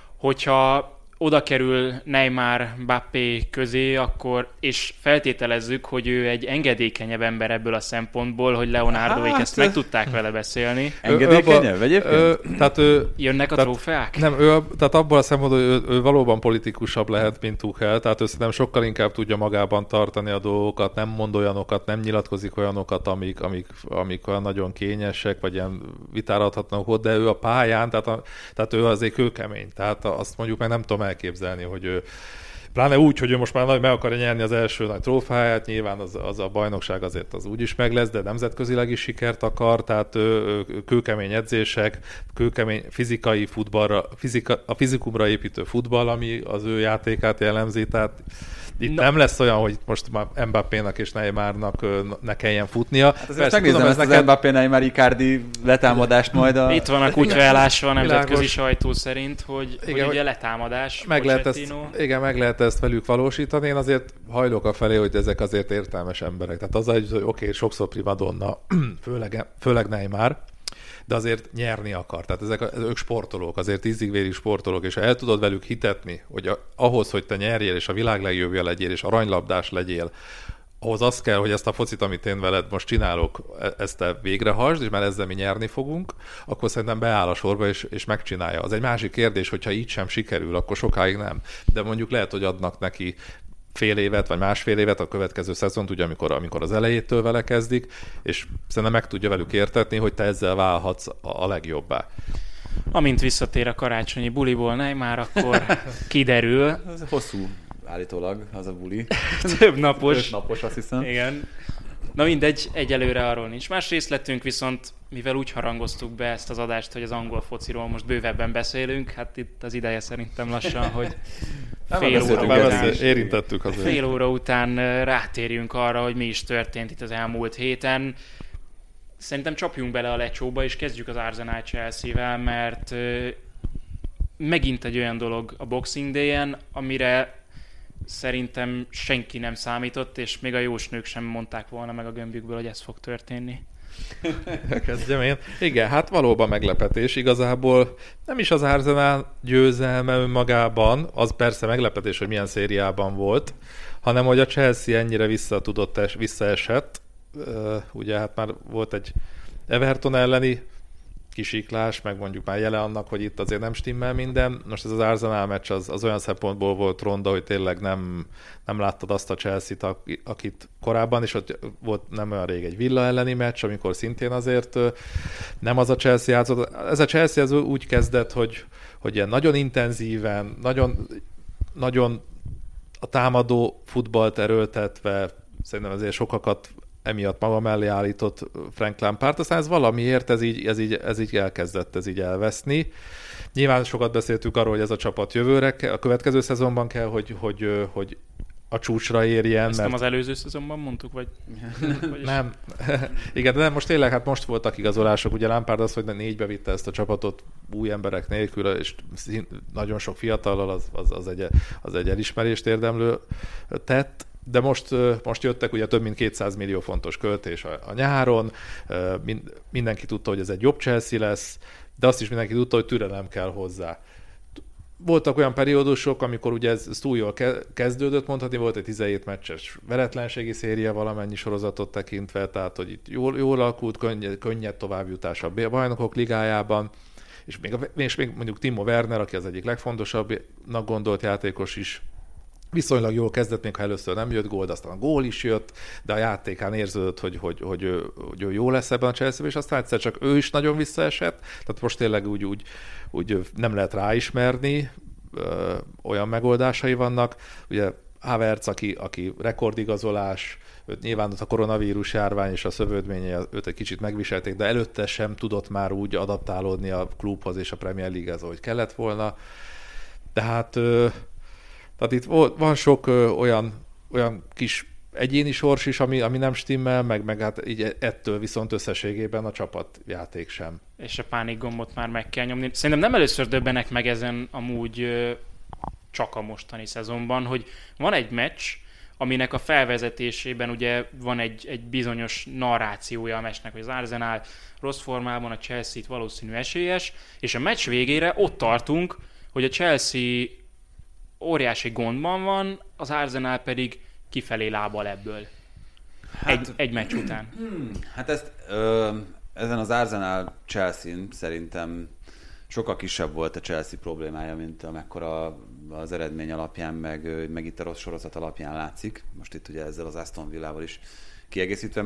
Hogyha oda kerül Neymar Mbappé közé, akkor, és feltételezzük, hogy ő egy engedékenyebb ember ebből a szempontból, hogy Leonardoék hát, ezt meg tudták vele beszélni. Engedékenyebb egyébként? Tehát ő, Jönnek a tehát, trófeák? Nem, ő, tehát abból a szempontból, hogy ő, ő valóban politikusabb lehet, mint Tuchel, tehát ő szerintem sokkal inkább tudja magában tartani a dolgokat, nem mond olyanokat, nem nyilatkozik olyanokat, amik, amik, amik olyan nagyon kényesek, vagy ilyen vitára adhatnak ott, de ő a pályán, tehát, a, tehát ő azért kőkemény, tehát azt mondjuk meg nem tudom elképzelni, hogy ő pláne úgy, hogy ő most már meg akarja nyerni az első nagy trófáját, nyilván az, az a bajnokság azért az úgyis meg lesz, de nemzetközileg is sikert akar, tehát ő, ő, kőkemény edzések, kőkemény fizikai futballra, fizika, a fizikumra építő futball, ami az ő játékát jellemzi, tehát itt Na. nem lesz olyan, hogy most már Mbappénak és Neymarnak ne kelljen futnia. Hát azért megnézem ezt neked... az Mbappé Neymar Icardi letámadást majd a... Itt van a kutyaállásva a nemzetközi sajtó szerint, hogy, igen, hogy ugye letámadás, meg lehet ezt, igen, meg lehet ezt velük valósítani. Én azért hajlok a felé, hogy ezek azért értelmes emberek. Tehát az, hogy oké, okay, sokszor primadonna, főleg, főleg Neymar, de azért nyerni akar. Tehát ezek, ezek ők sportolók, azért ízig-vérig sportolók, és ha el tudod velük hitetni, hogy a, ahhoz, hogy te nyerjél, és a világ legjobbja legyél, és aranylabdás legyél, ahhoz az kell, hogy ezt a focit, amit én veled most csinálok, ezt te végrehajtsd, és már ezzel mi nyerni fogunk, akkor szerintem beáll a sorba, és, és megcsinálja. Az egy másik kérdés, hogyha így sem sikerül, akkor sokáig nem. De mondjuk lehet, hogy adnak neki fél évet, vagy másfél évet, a következő szezont, ugye amikor, amikor az elejétől vele kezdik, és szerintem meg tudja velük értetni, hogy te ezzel válhatsz a legjobbá. Amint visszatér a karácsonyi buliból Neymar, akkor kiderül. Ez hosszú állítólag, az a buli. Több napos. Több napos, azt hiszem. Igen. Na mindegy, egyelőre arról nincs más részletünk, viszont mivel úgy harangoztuk be ezt az adást, hogy az angol fociról most bővebben beszélünk, hát itt az ideje szerintem lassan, hogy fél óra, után, érintettük azért. fél óra után rátérjünk arra, hogy mi is történt itt az elmúlt héten. Szerintem csapjunk bele a lecsóba, és kezdjük az Arsenal Chelsea-vel, mert megint egy olyan dolog a Boxing Day-en, amire szerintem senki nem számított, és még a jósnők sem mondták volna meg a gömbjükből, hogy ez fog történni. Kezdjem én. Igen, hát valóban meglepetés. Igazából nem is az Arsenal győzelme önmagában, az persze meglepetés, hogy milyen szériában volt, hanem hogy a Chelsea ennyire vissza tudott es, visszaesett. Uh, ugye hát már volt egy Everton elleni kisiklás, meg mondjuk már jele annak, hogy itt azért nem stimmel minden. Most ez az Arsenal meccs az, az olyan szempontból volt ronda, hogy tényleg nem, nem láttad azt a Chelsea-t, akit korábban is, ott volt nem olyan rég egy Villa elleni meccs, amikor szintén azért nem az a Chelsea játszott. Ez a Chelsea ez úgy kezdett, hogy, hogy ilyen nagyon intenzíven, nagyon, nagyon a támadó futballt erőltetve, szerintem azért sokakat emiatt maga mellé állított Frank Lampard, aztán ez valamiért ez így, ez, így, ez így elkezdett ez így elveszni. Nyilván sokat beszéltük arról, hogy ez a csapat jövőre, a következő szezonban kell, hogy, hogy, hogy a csúcsra érjen. Ezt mert... nem az előző szezonban mondtuk, vagy? Nem. Igen, de nem, most tényleg, hát most voltak igazolások, ugye Lampard az, hogy négybe vitte ezt a csapatot új emberek nélkül, és nagyon sok fiatallal, az, az, az, egy, az egy elismerést érdemlő tett. De most, most jöttek ugye több mint kétszáz millió fontos költés a, a nyáron, mindenki tudta, hogy ez egy jobb Chelsea lesz, de azt is mindenki tudta, hogy türelem kell hozzá. Voltak olyan periódusok, amikor ugye ez, ez túl jól kezdődött, mondhatni, volt egy tizenhét meccses veretlenségi széria valamennyi sorozatot tekintve, tehát hogy itt jól, jól alakult, könnyed, könnyed továbbjutás a bajnokok ligájában, és még, és még mondjuk Timo Werner, aki az egyik legfontosabbnak gondolt játékos is, viszonylag jól kezdett, még ha először nem jött gól, de aztán a gól is jött, de a játékán érződött, hogy, hogy, hogy, ő, hogy ő jó lesz ebben a Chelsea-ben, és aztán egyszer csak ő is nagyon visszaesett, tehát most tényleg úgy, úgy, úgy nem lehet ráismerni, ö, olyan megoldásai vannak. Ugye Havertz, aki, aki rekordigazolás, őt nyilván a koronavírus járvány és a szövődménye őt egy kicsit megviselték, de előtte sem tudott már úgy adaptálódni a klubhoz és a Premier League-hez, ahogy kellett volna. Tehát ö, Tehát itt van sok ö, olyan, olyan kis egyéni sors is, ami, ami nem stimmel, meg, meg hát így ettől viszont összességében a csapatjáték sem. És a pánik gombot már meg kell nyomni. Szerintem nem először döbbenek meg ezen amúgy ö, csak a mostani szezonban, hogy van egy meccs, aminek a felvezetésében ugye van egy, egy bizonyos narrációja a meccsnek, hogy az Arsenal rossz formában, a Chelsea-t valószínű esélyes, és a meccs végére ott tartunk, hogy a Chelsea óriási gondban van, az Arsenal pedig kifelé lábal ebből. Hát, egy, egy meccs után. Hát ezt, ö, ezen az Arsenal Chelsea-n szerintem sokkal kisebb volt a Chelsea problémája, mint amekkora az eredmény alapján, meg, meg itt a rossz sorozat alapján látszik. Most itt ugye ezzel az Aston Villával is kiegészítve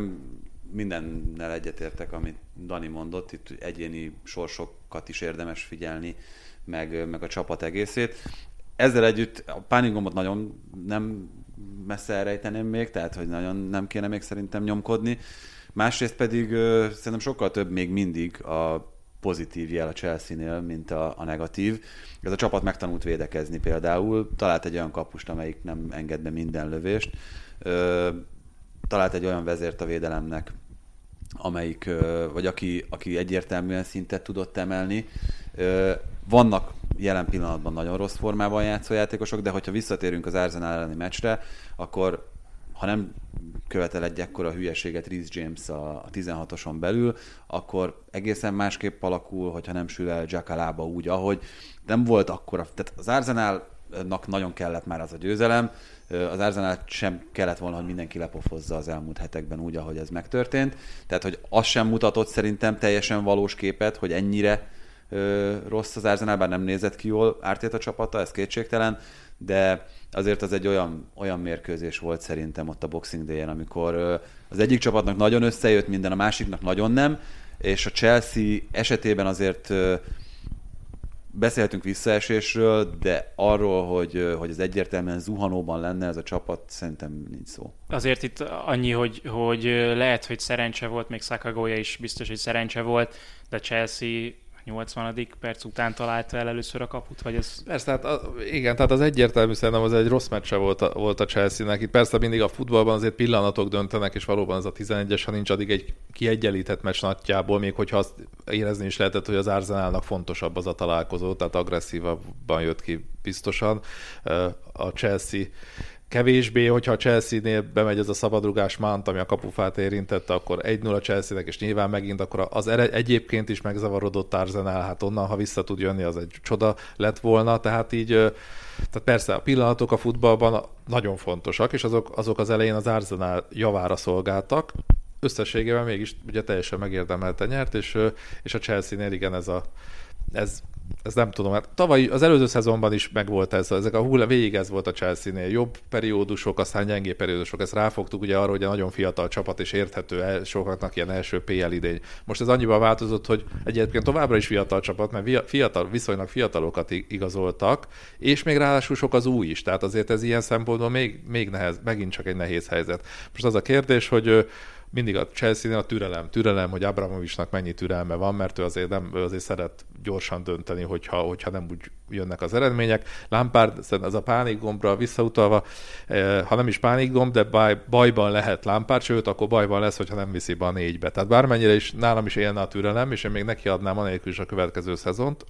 mindennel egyetértek, amit Dani mondott, itt egyéni sorsokat is érdemes figyelni, meg, meg a csapat egészét. Ezzel együtt a pánikgombot nagyon nem messze elrejteném még, tehát hogy nagyon nem kéne még szerintem nyomkodni. Másrészt pedig uh, szerintem sokkal több még mindig a pozitív jel a Chelsea-nél, mint a, a negatív. Ez a csapat megtanult védekezni például, talált egy olyan kapust, amelyik nem enged be minden lövést, uh, talált egy olyan vezért a védelemnek, amelyik, uh, vagy aki, aki egyértelműen szintet tudott emelni. Uh, vannak jelen pillanatban nagyon rossz formában játszó játékosok, de hogyha visszatérünk az Arsenal elleni meccsre, akkor ha nem követel egy ekkora hülyeséget Reece James a, a tizenhatoson belül, akkor egészen másképp alakul, hogyha nem sül el Xhaka lába úgy, ahogy nem volt akkora. Tehát az Arsenalnak nagyon kellett már az a győzelem, az Arsenal sem kellett volna, hogy mindenki lepofozza az elmúlt hetekben úgy, ahogy ez megtörtént. Tehát, hogy az sem mutatott szerintem teljesen valós képet, hogy ennyire ö, rossz az Arsenal, bár nem nézett ki jól Arteta csapata, ez kétségtelen, de azért az egy olyan, olyan mérkőzés volt szerintem ott a Boxing Day-en, amikor ö, az egyik csapatnak nagyon összejött minden, a másiknak nagyon nem, és a Chelsea esetében azért ö, beszélhetünk visszaesésről, de arról, hogy, hogy az egyértelműen zuhanóban lenne ez a csapat, szerintem nincs szó. Azért itt annyi, hogy, hogy lehet, hogy szerencse volt, még Saka gólja is biztos, hogy szerencse volt, de Chelsea nyolcvanadik perc után találta el először a kaput, vagy ez... Persze, hát a, igen, tehát az egyértelmű szerintem az egy rossz meccse volt a, volt a Chelsea-nek. Itt persze mindig a futballban azért pillanatok döntenek, és valóban ez a tizenegyes, ha nincs addig egy kiegyenlített meccs nagyjából, még hogyha azt érezni is lehetett, hogy az Arsenalnak fontosabb az a találkozó, tehát agresszívabban jött ki biztosan. A Chelsea kevésbé, hogyha a Chelsea-nél bemegy ez a szabadrugás Mount, ami a kapufát érintette, akkor egy null a Chelsea-nek, és nyilván megint akkor az egyébként is megzavarodott Arsenal, hát onnan, ha vissza tud jönni, az egy csoda lett volna, tehát így, tehát persze a pillanatok a futballban nagyon fontosak, és azok, azok az elején az Arsenal javára szolgáltak, összességében mégis ugye teljesen megérdemelte nyert, és, és a Chelsea-nél igen ez a ez Ez nem tudom, hát tavaly az előző szezonban is megvolt ez, ezek a hulla, végig ez volt a Chelsea-nél, jobb periódusok, aztán gyengé periódusok, ezt ráfogtuk ugye arra, hogy a nagyon fiatal csapat és érthető, el, sokaknak ilyen első pé el idény. Most ez annyiban változott, hogy egyébként továbbra is fiatal csapat, mert fiatal, viszonylag fiatalokat igazoltak, és még ráadásul sok az új is, tehát azért ez ilyen szempontból még, még nehez, megint csak egy nehéz helyzet. Most az a kérdés, hogy mindig a Chelsea-nél a türelem, türelem, hogy Abramovicsnak mennyi türelme van, mert ő azért, nem, ő azért szeret gyorsan dönteni, hogyha, hogyha nem úgy jönnek az eredmények. Lampard, ez a pánikgombra visszautalva, ha nem is pánikgomb, de baj, bajban lehet Lampard, sőt, akkor bajban lesz, hogyha nem viszi be a négybe. Tehát bármennyire is nálam is élne a türelem, és én még neki adnám anélkül is a következő szezont,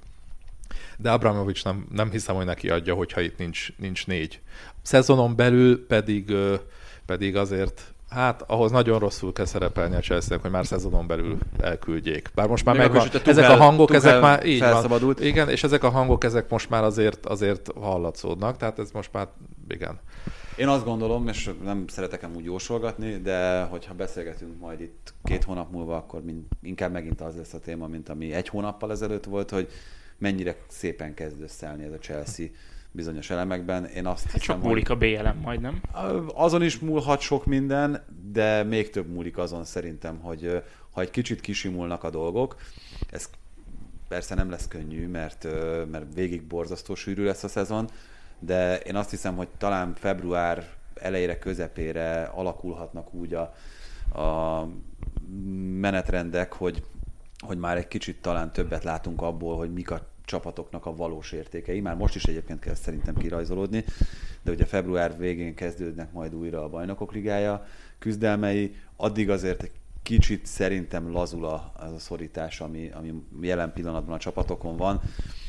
de Abramovics nem, nem hiszem, hogy neki adja, hogyha itt nincs, nincs négy. Szezonon belül pedig, pedig azért hát ahhoz nagyon rosszul kell szerepelni a Chelsea-nek, hogy már szezonon belül elküldjék. Bár most már Még megvan, akkor, ezek a hangok, ezek már így felszabadult. van. Igen, és ezek a hangok, ezek most már azért, azért hallatszódnak, tehát ez most már, igen. Én azt gondolom, és nem szeretek amúgy jósolgatni, de hogyha beszélgetünk majd itt két hónap múlva, akkor inkább megint az lesz a téma, mint ami egy hónappal ezelőtt volt, hogy mennyire szépen kezd összeállni ez a Chelsea bizonyos elemekben. Én azt hát hiszem, csak múlik a bé el em majd, nem? Azon is múlhat sok minden, de még több múlik azon szerintem, hogy ha egy kicsit kisimulnak a dolgok, ez persze nem lesz könnyű, mert, mert végig borzasztó sűrű lesz a szezon, de én azt hiszem, hogy talán február elejére, közepére alakulhatnak úgy a, a menetrendek, hogy, hogy már egy kicsit talán többet látunk abból, hogy mik a csapatoknak a valós értékei. Már most is egyébként kezd szerintem kirajzolódni, de ugye február végén kezdődnek majd újra a Bajnokok Ligája küzdelmei, addig azért egy kicsit szerintem lazul az a szorítás, ami, ami jelen pillanatban a csapatokon van.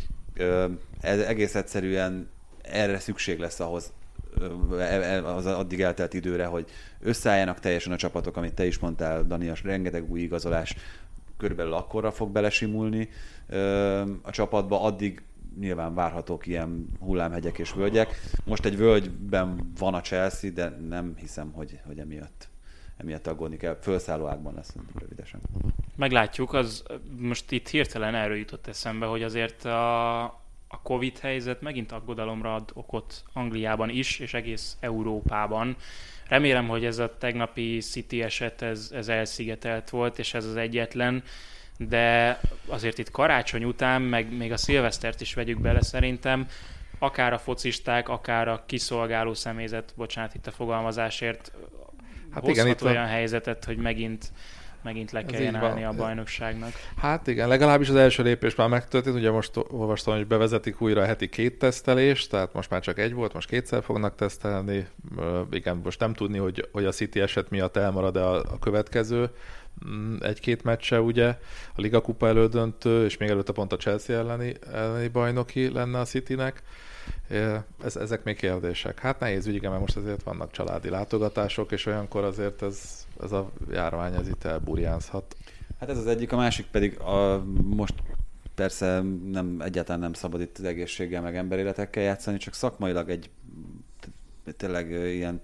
Ez egész egyszerűen erre szükség lesz ahhoz, az addig eltelt időre, hogy összeálljanak teljesen a csapatok, amit te is mondtál, Dani, rengeteg új igazolás körülbelül akkorra fog belesimulni a csapatba, addig nyilván várhatók ilyen hullámhegyek és völgyek. Most egy völgyben van a Chelsea, de nem hiszem, hogy, hogy emiatt, emiatt aggódni kell. Fölszálló ágban lesz rövidesen. Meglátjuk, az most itt hirtelen erről jutott eszembe, hogy azért a, a Covid helyzet megint aggodalomra ad okot Angliában is, és egész Európában. Remélem, hogy ez a tegnapi City eset, ez, ez elszigetelt volt, és ez az egyetlen, de azért itt karácsony után, meg még a szilvesztert is vegyük bele szerintem, akár a focisták, akár a kiszolgáló személyzet, bocsánat itt a fogalmazásért, hát hozhat igen, olyan a... helyzetet, hogy megint, megint le kelljen állni a bajnokságnak. Hát igen, legalábbis az első lépés már megtörtént, ugye most olvastam, hogy bevezetik újra a heti két tesztelést, tehát most már csak egy volt, most kétszer fognak tesztelni. Igen, most nem tudni, hogy, hogy a City eset miatt elmarad-e a, a következő egy-két meccse, ugye, a Liga Kupa elődöntő, és még előtte pont a Chelsea elleni, elleni bajnoki lenne a Citynek. Ez, ezek még kérdések. Hát nehéz ügy, igen, mert most azért vannak családi látogatások, és olyankor azért ez, ez a járvány ez itt elburjánzhat. Hát ez az egyik, a másik pedig a, most persze nem, egyáltalán nem szabad itt az egészséggel meg emberéletekkel játszani, csak szakmailag egy tényleg ilyen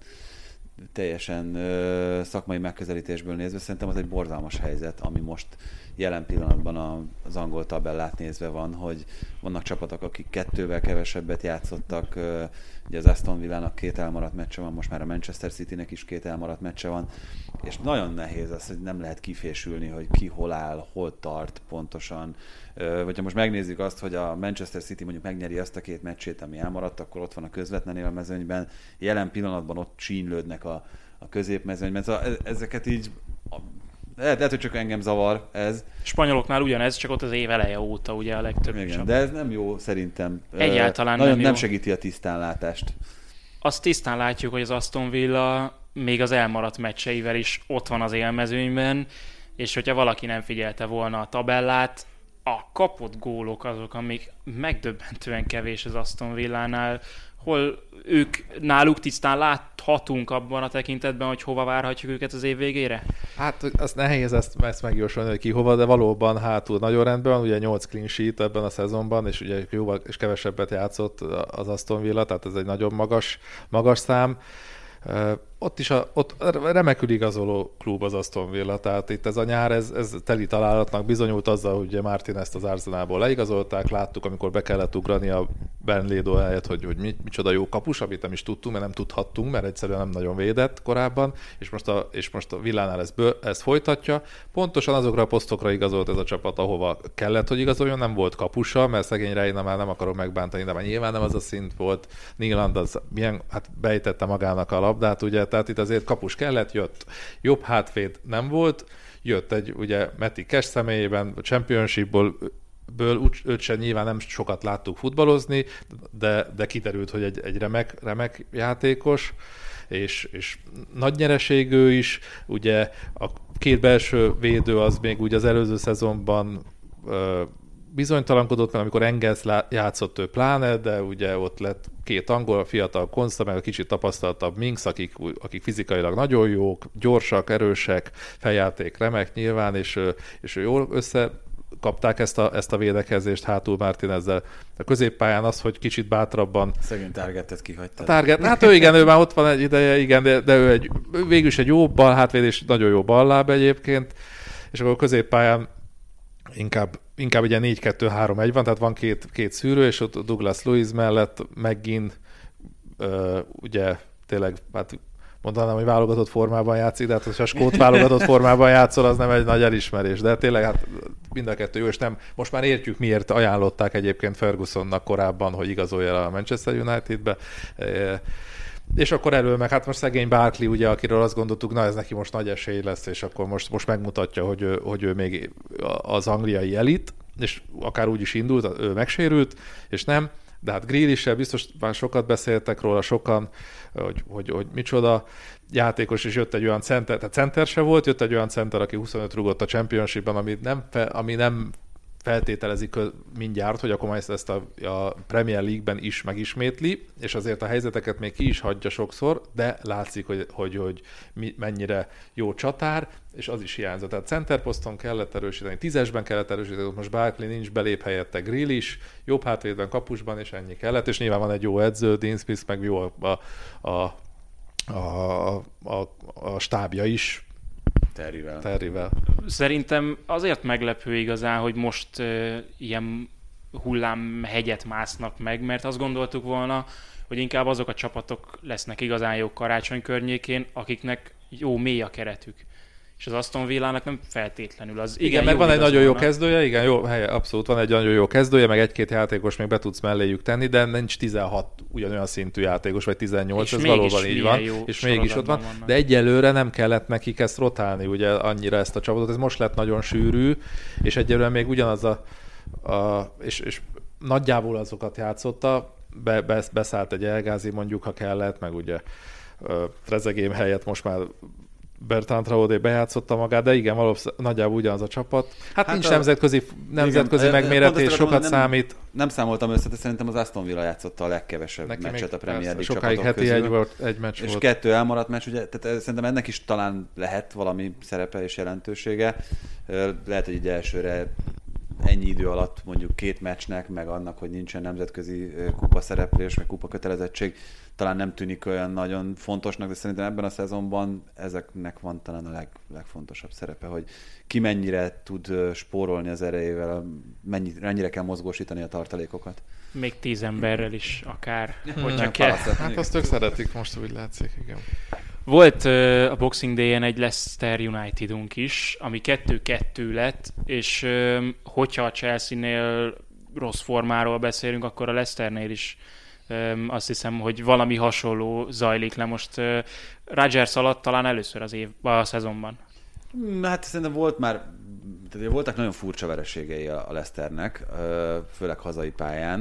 teljesen ö, szakmai megközelítésből nézve szerintem az egy borzalmas helyzet, ami most jelen pillanatban a, az angol tabellát nézve van, hogy vannak csapatok, akik kettővel kevesebbet játszottak, ö, ugye az Aston Villának két elmaradt meccse van, most már a Manchester Citynek is két elmaradt meccse van, és nagyon nehéz az, hogy nem lehet kifésülni, hogy ki hol áll, hol tart pontosan. Ö, vagy ha most megnézzük azt, hogy a Manchester City mondjuk megnyeri azt a két meccsét, ami elmaradt, akkor ott van a közvetlen élmezőnyben, jelen pillanatban ott csínlődnek a, a középmezőnyben. Szóval ezeket így lehet, lehet, hogy csak engem zavar ez. Spanyoloknál ugyanez, csak ott az év eleje óta ugye a legtöbb igen, csapat. De ez nem jó szerintem. Egyáltalán Nagyon nem, nem jó. segíti a tisztánlátást. Azt tisztán látjuk, hogy az Aston Villa még az elmaradt meccseivel is ott van az élmezőnyben, és hogyha valaki nem figyelte volna a tabellát, a kapott gólok azok, amik megdöbbentően kevés az Aston Villánál, hol ők náluk tisztán láthatunk abban a tekintetben, hogy hova várhatjuk őket az év végére? Hát az nehéz ezt, ezt megjósolni, hogy ki hova, de valóban hátul nagyon rendben van, ugye nyolc clean sheet ebben a szezonban, és ugye jóval és kevesebbet játszott az Aston Villa, tehát ez egy nagyon magas, magas szám. Uh, ott is a, ott remekül igazoló klub az Aston Villa, tehát itt ez a nyár, ez, ez teli találatnak bizonyult azzal, hogy Martinez-t az Arsenalból leigazolták, láttuk, amikor be kellett ugrani a Benlédo helyett, hogy, hogy mi, micsoda jó kapus, amit nem is tudtunk, mert nem tudhattunk, mert egyszerűen nem nagyon védett korábban, és most a, és most a Villánál ezt, bő, ezt folytatja. Pontosan azokra a posztokra igazolt ez a csapat, ahova kellett, hogy igazoljon, nem volt kapusa, mert szegény Reina már nem akarom megbántani, de már nyilván nem az a szint volt. Nyilván az milyen, hát bejtette magának a labdát, ugye, tehát itt azért kapus kellett, jött. Jobb hátvéd nem volt, jött egy ugye Matty Cash személyében, a Championshipból ből őt sem nyilván nem sokat láttuk futballozni, de, de kiderült, hogy egy, egy remek, remek játékos, és, és nagy nyereségű is, ugye a két belső védő az még ugye az előző szezonban ö, bizonytalankodott, mert amikor Engels játszott ő pláne, de ugye ott lett két angol, a fiatal Konsta, meg a kicsit tapasztaltabb Minks, akik, akik fizikailag nagyon jók, gyorsak, erősek, feljáték remek nyilván, és, és jól összekapták ezt a, ezt a védekezést hátul Martinezzel. A középpályán az, hogy kicsit bátrabban... Szegény Targettet kihagytad. Target, hát ő igen, ő már ott van egy ideje, igen, de, de ő egy, végül is egy jó bal hátvéd, és nagyon jó balláb egyébként, és akkor a középpályán inkább, inkább ugye négy kettő három egy van, tehát van két, két szűrő, és ott Douglas Luiz mellett McGinn uh, ugye tényleg, hát mondanám, hogy válogatott formában játszik, de hát, hogyha skót válogatott formában játszol, az nem egy nagy elismerés, de tényleg hát mind a kettő jó, és nem, most már értjük, miért ajánlották egyébként Fergusonnak korábban, hogy igazolja a Manchester Unitedbe. És akkor elől meg, hát most szegény Barkley, ugye, akiről azt gondoltuk, na ez neki most nagy esély lesz, és akkor most, most megmutatja, hogy ő, hogy ő még az angliai elit, és akár úgy is indult, ő megsérült, és nem. De hát Grealish-sel biztos már sokat beszéltek róla, sokan, hogy, hogy, hogy micsoda játékos, és jött egy olyan center, tehát center se volt, jött egy olyan center, aki huszonöt rugott a Championshipben, ami nem, ami nem feltételezik mindjárt, hogy akkor ezt, ezt a, a Premier League-ben is megismétli, és azért a helyzeteket még ki is hagyja sokszor, de látszik, hogy, hogy, hogy mennyire jó csatár, és az is hiányzott. Tehát centerposzton kellett erősíteni, tízesben kellett erősíteni, most Barkley nincs, belép helyette Grealish, jobb hátvédben, kapusban, és ennyi kellett, és nyilván van egy jó edző, Dean Smith, meg jó a, a, a, a, a, a stábja is, Terryvel. Terryvel. Szerintem azért meglepő igazán, hogy most uh, ilyen hullámhegyet másznak meg, mert azt gondoltuk volna, hogy inkább azok a csapatok lesznek igazán jó karácsony környékén, akiknek jó mély a keretük. És az Aston Villának nem feltétlenül az. Igen, igen meg van egy nagyon jó kezdője, igen, jó helye, abszolút van egy nagyon jó kezdője, meg egy-két játékos még be tudsz melléjük tenni, de nincs tizenhat ugyanolyan szintű játékos, vagy tizennyolc, és ez valóban így van, és mégis ott van. Vannak. De egyelőre nem kellett nekik ezt rotálni, ugye annyira ezt a csapatot, ez most lett nagyon sűrű, és egyelőre még ugyanaz a, a és, és nagyjából azokat játszotta, be, be, beszállt egy Elgázi mondjuk, ha kellett, meg ugye Trezegém helyett most már Bertrand Traoré bejátszotta magát, de igen, valószínűleg nagyjából ugyanaz a csapat. Hát, hát nincs a... nemzetközi, nemzetközi igen, megméretés, sokat nem, számít. Nem számoltam össze, de szerintem az Aston Villa játszotta a legkevesebb neki meccset a Premier League sokáig csapatok heti közül. Egy, volt, egy meccs és volt. kettő elmaradt meccs, ugye, tehát szerintem ennek is talán lehet valami szerepe és jelentősége. Lehet, hogy így elsőre ennyi idő alatt mondjuk két meccsnek, meg annak, hogy nincsen nemzetközi kupa szereplés, meg kupa kötelezettség, talán nem tűnik olyan nagyon fontosnak, de szerintem ebben a szezonban ezeknek van talán a leg, legfontosabb szerepe, hogy ki mennyire tud spórolni az erejével, mennyi, mennyire kell mozgósítani a tartalékokat. Még tíz emberrel is akár, hmm. hogyha kell. Hát azt ők szeretik most, úgy látszik, igen. Volt uh, a Boxing Day-en egy Leicester United-unk is, ami kettő kettő lett, és um, hogyha a Chelsea-nél rossz formáról beszélünk, akkor a Leicesternél is um, azt hiszem, hogy valami hasonló zajlik le most uh, Rodgers alatt talán először az év, a szezonban. Hát szerintem volt már, tehát voltak nagyon furcsa vereségei a Leicesternek, főleg hazai pályán,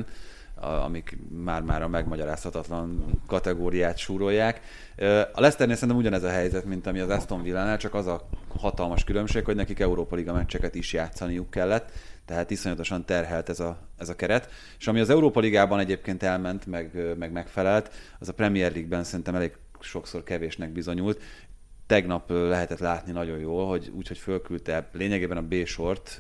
amik már-már a megmagyarázhatatlan kategóriát súrolják. A Leicesternél szerintem ugyanez a helyzet, mint ami az Aston Villánál, csak az a hatalmas különbség, hogy nekik Európa Liga meccseket is játszaniuk kellett, tehát iszonyatosan terhelt ez a, ez a keret. És ami az Európa Ligában egyébként elment, meg, meg megfelelt, az a Premier League-ben szerintem elég sokszor kevésnek bizonyult. Tegnap lehetett látni nagyon jól, hogy úgyhogy fölküldte lényegében a B-sort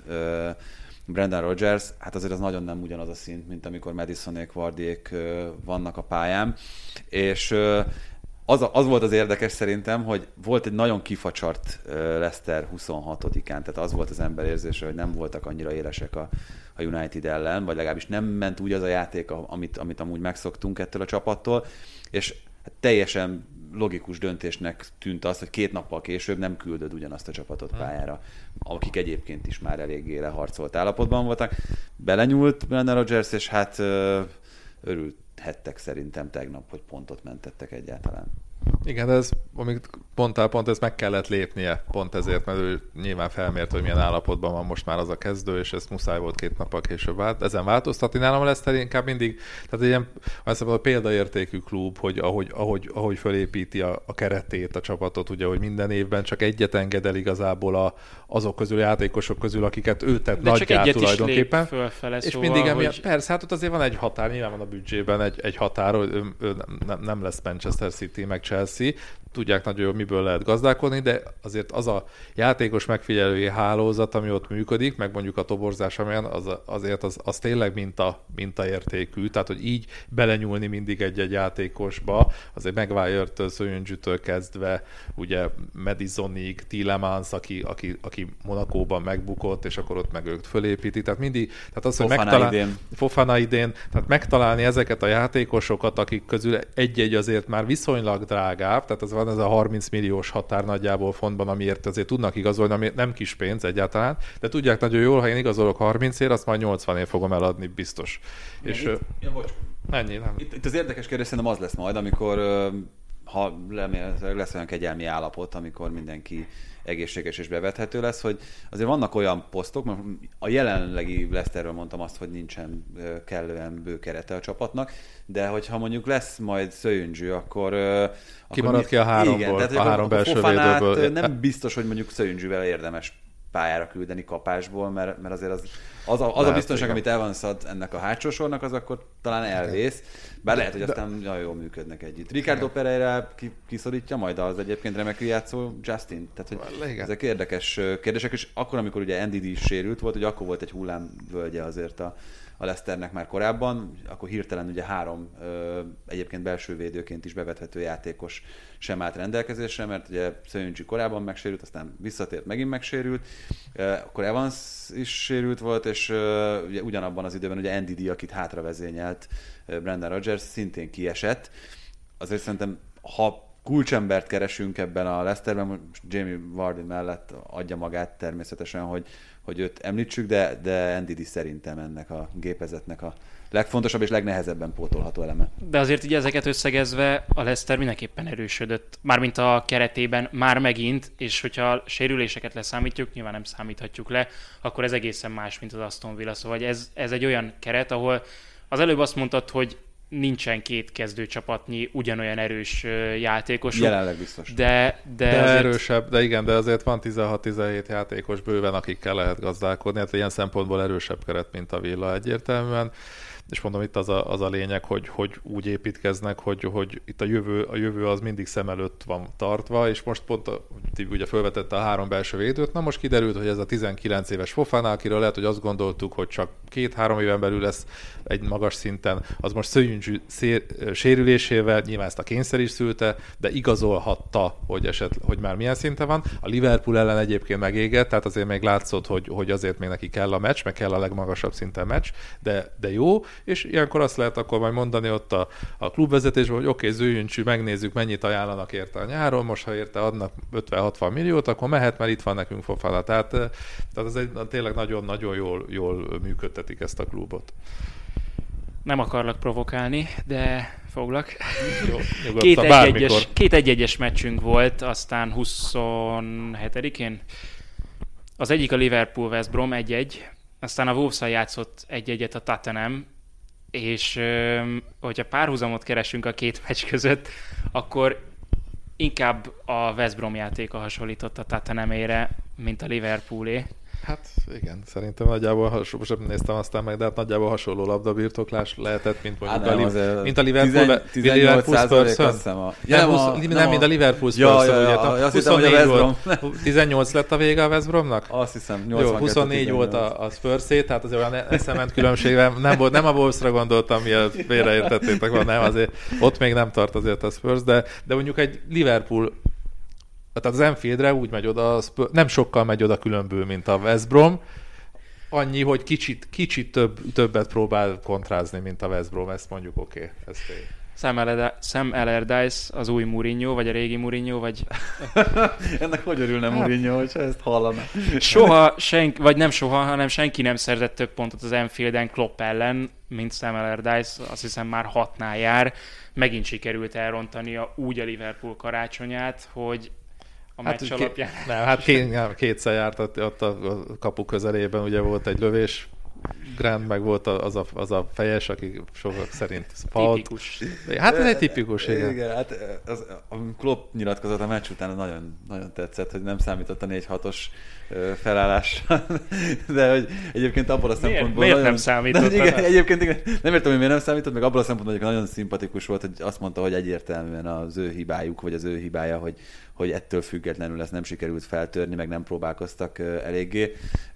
Brendan Rodgers, hát azért az nagyon nem ugyanaz a szint, mint amikor Madisonék, Vardyék vannak a pályán, és az, az volt az érdekes szerintem, hogy volt egy nagyon kifacsart Leicester huszonhatodikán, tehát az volt az ember érzése, hogy nem voltak annyira élesek a, a United ellen, vagy legalábbis nem ment úgy az a játék, amit, amit amúgy megszoktunk ettől a csapattól, és hát teljesen logikus döntésnek tűnt az, hogy két nappal később nem küldöd ugyanazt a csapatot pályára, akik egyébként is már eléggé leharcolt állapotban voltak. Belenyúlt Brendan Rodgers, és hát örülhettek szerintem tegnap, hogy pontot mentettek egyáltalán. Igen, de ez, amit mondtál, pont ez meg kellett lépnie, pont ezért, mert ő nyilván felmért, hogy milyen állapotban van most már az a kezdő, és ezt muszáj volt két nappal később vált. Ezen változtatni nálam lesz, tehát inkább mindig, tehát egy ilyen azt mondom, a példaértékű klub, hogy ahogy, ahogy, ahogy fölépíti a, a keretét, a csapatot, ugye, hogy minden évben csak egyet enged el igazából a, azok közül, játékosok közül, akiket ő tett nagyját tulajdonképpen. Fölfele, és szóval, mindig, hogy... persze, hát ott azért van egy határ, nyilván van a büdzsében egy, egy határ, hogy ő, ő nem, nem lesz Manchester City, meg Chelsea. tudják nagyon jól, miből lehet gazdálkodni, de azért az a játékos megfigyelői hálózat, ami ott működik, meg mondjuk a toborzás, amilyen, az, azért az, az tényleg minta, mintaértékű, tehát hogy így belenyúlni mindig egy-egy játékosba, azért Maguire-től, Söyüncsi-től kezdve, ugye Madisonig, Tielemans, aki, aki, aki Monakóban megbukott, és akkor ott meg őt fölépíti, tehát mindig, tehát az, hogy megtalálni, Fofana idén, tehát megtalálni ezeket a játékosokat, akik közül egy-egy azért már viszonylag drágább, tehát ez van ez a harminc milliós határ nagyjából fontban, amiért azért tudnak igazolni, ami nem kis pénz egyáltalán, de tudják nagyon jól, ha én igazolok harmincért, azt majd nyolcvanért fogom eladni, biztos. Ja, és itt, ja, bocs. Ennyi, nem? Itt, itt az érdekes kérdés szerintem az lesz majd, amikor ha lesz olyan kegyelmi állapot, amikor mindenki egészséges és bevethető lesz, hogy azért vannak olyan posztok, mert a jelenlegi Leicesterről mondtam azt, hogy nincsen kellően bő kerete a csapatnak, de hogyha mondjuk lesz majd Söyüncsi, akkor... Kimarad mi... ki a háromból, igen, tehát, a három belső védőből. Nem biztos, hogy mondjuk Söyüncsivel érdemes pályára küldeni kapásból, mert, mert azért az, az, a, az a biztonság, amit Evans ad ennek a hátsó sornak, az akkor talán elvész. Bár lehet, hogy aztán nagyon jól működnek együtt. Ricardo Pereira kiszorítja majd az egyébként remekül játszó Justin. Tehát, hogy igen. Ezek érdekes kérdések, és akkor, amikor ugye N D D is sérült volt, hogy akkor volt egy hullámvölgye azért a, a Leicesternek már korábban, akkor hirtelen ugye három ö, egyébként belső védőként is bevethető játékos sem állt rendelkezésre, mert ugye Söyüncsi korábban megsérült, aztán visszatért, megint megsérült, ö, akkor Evans is sérült volt, és ö, ugye ugyanabban az időben ugye N D D, akit hátravezényelt ö, Brendan Rodgers, szintén kiesett. Azért szerintem, ha kulcsembert keresünk ebben a Leicesterben, most Jamie Vardy mellett adja magát természetesen, hogy, hogy őt említsük, de, de N D D szerintem ennek a gépezetnek a legfontosabb és legnehezebben pótolható eleme. De azért így ezeket összegezve a Leicester mindenképpen erősödött. Mármint a keretében már megint, és hogyha sérüléseket leszámítjuk, nyilván nem számíthatjuk le, akkor ez egészen más, mint az Aston Villa. Szóval ez, ez egy olyan keret, ahol az előbb azt mondtad, hogy nincsen két kezdőcsapatnyi ugyanolyan erős játékosok. Jelenleg biztos. De, de, de azért... erősebb, de igen, de azért van tizenhat-tizenhét játékos bőven, akikkel lehet gazdálkodni, hát ilyen szempontból erősebb keret, mint a Villa egyértelműen. És mondom, itt az a, az a lényeg, hogy, hogy úgy építkeznek, hogy, hogy itt a jövő, a jövő az mindig szem előtt van tartva, és most pont a, ugye felvetette a három belső védőt, na most kiderült, hogy ez a tizenkilenc éves Fofana, akiről lehet, hogy azt gondoltuk, hogy csak két-három éven belül lesz egy magas szinten, az most Söyüncsi sérülésével, nyilván ezt a kényszer is szülte, de igazolhatta, hogy, eset, hogy már milyen szinten van. A Liverpool ellen egyébként megégett, tehát azért még látszott, hogy, hogy azért még neki kell a meccs, meg kell a legmagasabb szinten meccs, de, de jó, és ilyenkor azt lehet akkor majd mondani ott a, a klubvezetésben, hogy oké, okay, Söyüncsi, megnézzük, mennyit ajánlanak érte a nyáron, most ha érte adnak ötven-hatvan milliót, akkor mehet, mert itt van nekünk Fofana. Tehát, tehát ez egy, tényleg nagyon-nagyon jól, jól működtetik ezt a klubot. Nem akarlak provokálni, de foglak. Jó, két egy-egyes, két egy-egyes meccsünk volt, aztán huszonhetedikén. Az egyik a Liverpool West Brom egy-egy, aztán a Wolves-szal játszott egy-egyet a Tottenham, és hogyha párhuzamot keresünk a két meccs között, akkor inkább a West Brom játéka hasonlított a Tottenhamére, mint a Liverpoolé. Hát igen, szerintem nagyjából, most nem néztem aztán meg, de hát nagyjából hasonló labdabirtoklás lehetett, mint mondjuk hát nem, a, Liv- mint a Liverpool, tizennyolc Spurs-ön. A... Ja, nem, nem, nem, nem, mint a Liverpool Spurs-ön, ja, ja, ja, ugye, huszonnégy volt. tizennyolc lett a vége a West Bromnak? Azt hiszem, Jó, huszonnégy volt a, a Spurs-é, tehát azért olyan eszement különbségben nem volt, nem a Wolves-ra gondoltam, miért félreértettétek van, nem, azért ott még nem tart azért a Spurs, de, de mondjuk egy Liverpool, tehát az Anfieldre úgy megy oda, nem sokkal megy oda különbül, mint a West Brom, annyi, hogy kicsit, kicsit több, többet próbál kontrázni, mint a West Brom, ezt mondjuk oké. Okay, ez Sam Allardyce az új Mourinho, vagy a régi Mourinho, vagy... Ennek hogy örülne Mourinho, hogyha ezt hallaná? Soha senki, vagy nem soha, hanem senki nem szerzett több pontot az Anfielden Klopp ellen, mint Sam Allardyce, azt hiszem már hatnál jár. Megint sikerült elrontania úgy a Liverpool karácsonyát, hogy a hát meccs alapján... Nem, hát ké, kétszer járt ott, ott a kapu közelében, ugye volt egy lövés, Grant meg volt az a, az a fejes, aki sokak szerint tipikus. Hát ez egy tipikus, igen. Igen, hát az, a Klopp nyilatkozat a meccs után nagyon, nagyon tetszett, hogy nem számított a négy hatos felállásra, de hogy egyébként abból a szempontból... Miért, miért nagyon, nem számított? Igen, egyébként igen, nem értem, hogy miért nem számított, meg abból a szempontból, hogy nagyon szimpatikus volt, hogy azt mondta, hogy egyértelműen az ő hibájuk, vagy az ő hibája, hogy, hogy ettől függetlenül ezt nem sikerült feltörni, meg nem próbálkoztak eléggé.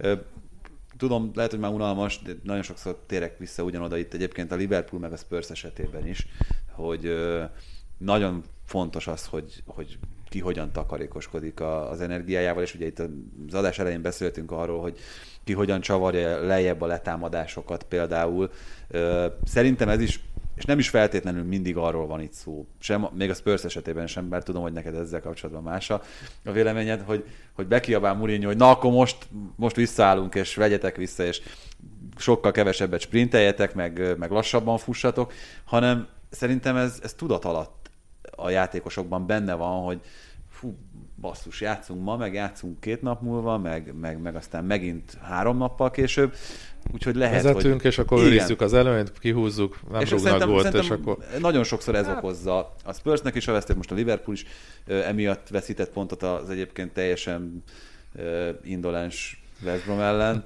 Tudom, lehet, hogy már unalmas, de nagyon sokszor térek vissza ugyanoda itt egyébként a Liverpool meg a Spurs esetében is, hogy nagyon fontos az, hogy, hogy ki hogyan takarékoskodik az energiájával, és ugye itt az adás elején beszéltünk arról, hogy ki hogyan csavarja lejjebb a letámadásokat például. Szerintem ez is, és nem is feltétlenül mindig arról van itt szó, sem, még a Spurs esetében sem, bár tudom, hogy neked ezzel kapcsolatban más a véleményed, hogy, hogy bekiabál Mourinho, hogy na akkor most, most visszaállunk, és vegyetek vissza, és sokkal kevesebbet sprinteljetek, meg, meg lassabban fussatok, hanem szerintem ez, ez tudat alatt a játékosokban benne van, hogy fú, basszus, játszunk ma, meg játszunk két nap múlva, meg, meg, meg aztán megint három nappal később, úgyhogy lehet, vezetünk, hogy... és akkor igen. őrizzük az előnyt, kihúzzuk, nem és rúgnak gólt, és akkor... Nagyon sokszor ez okozza. A Spursnek is a vesztett, most a Liverpool is emiatt veszített pontot az egyébként teljesen indolens West Brom ellen.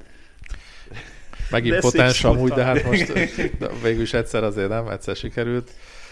Megint potens amúgy, de hát most de végül is egyszer azért nem, egyszer sikerült.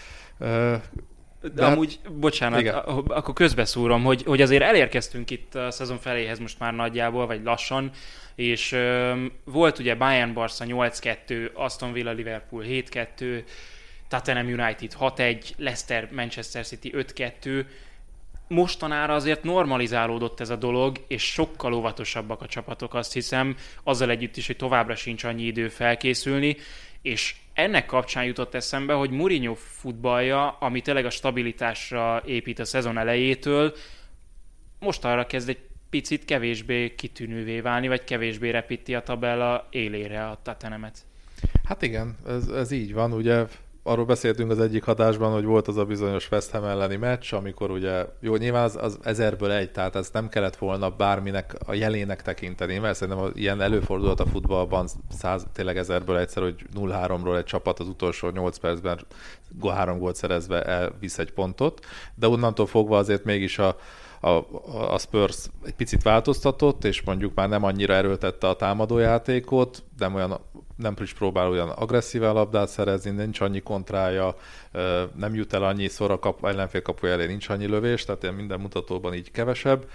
De, de amúgy, bocsánat, igen. Akkor közbeszúrom, hogy, hogy azért elérkeztünk itt a szezon feléhez most már nagyjából, vagy lassan, és um, volt ugye Bayern Barca nyolc kettő, Aston Villa Liverpool hét kettő, Tottenham United hat egy, Leicester Manchester City öt kettő. Mostanára azért normalizálódott ez a dolog, és sokkal óvatosabbak a csapatok, azt hiszem, azzal együtt is, hogy továbbra sincs annyi idő felkészülni, és ennek kapcsán jutott eszembe, hogy Mourinho futballja, ami tényleg a stabilitásra épít a szezon elejétől, most arra kezd egy picit kevésbé kitűnővé válni, vagy kevésbé repíti a tabella élére a Tottenhamet. Hát igen, ez, ez így van, ugye arról beszéltünk az egyik hatásban, hogy volt az a bizonyos West Ham elleni meccs, amikor ugye, jó, nyilván az, az ezerből egy, tehát ez nem kellett volna bárminek a jelének tekinteni, mert szerintem ilyen előfordulhat a futballban száz, tényleg ezerből egyszer, hogy nulla háromról egy csapat az utolsó nyolc percben három gólt szerezve elvisz egy pontot, de onnantól fogva azért mégis a A, a Spurs egy picit változtatott, és mondjuk már nem annyira erőltette a támadójátékot, nem, olyan, nem is próbál olyan agresszíven labdát szerezni, nincs annyi kontrája, nem jut el annyiszor a kap, ellenfél kapuja elé, nincs annyi lövés, tehát minden mutatóban így kevesebb.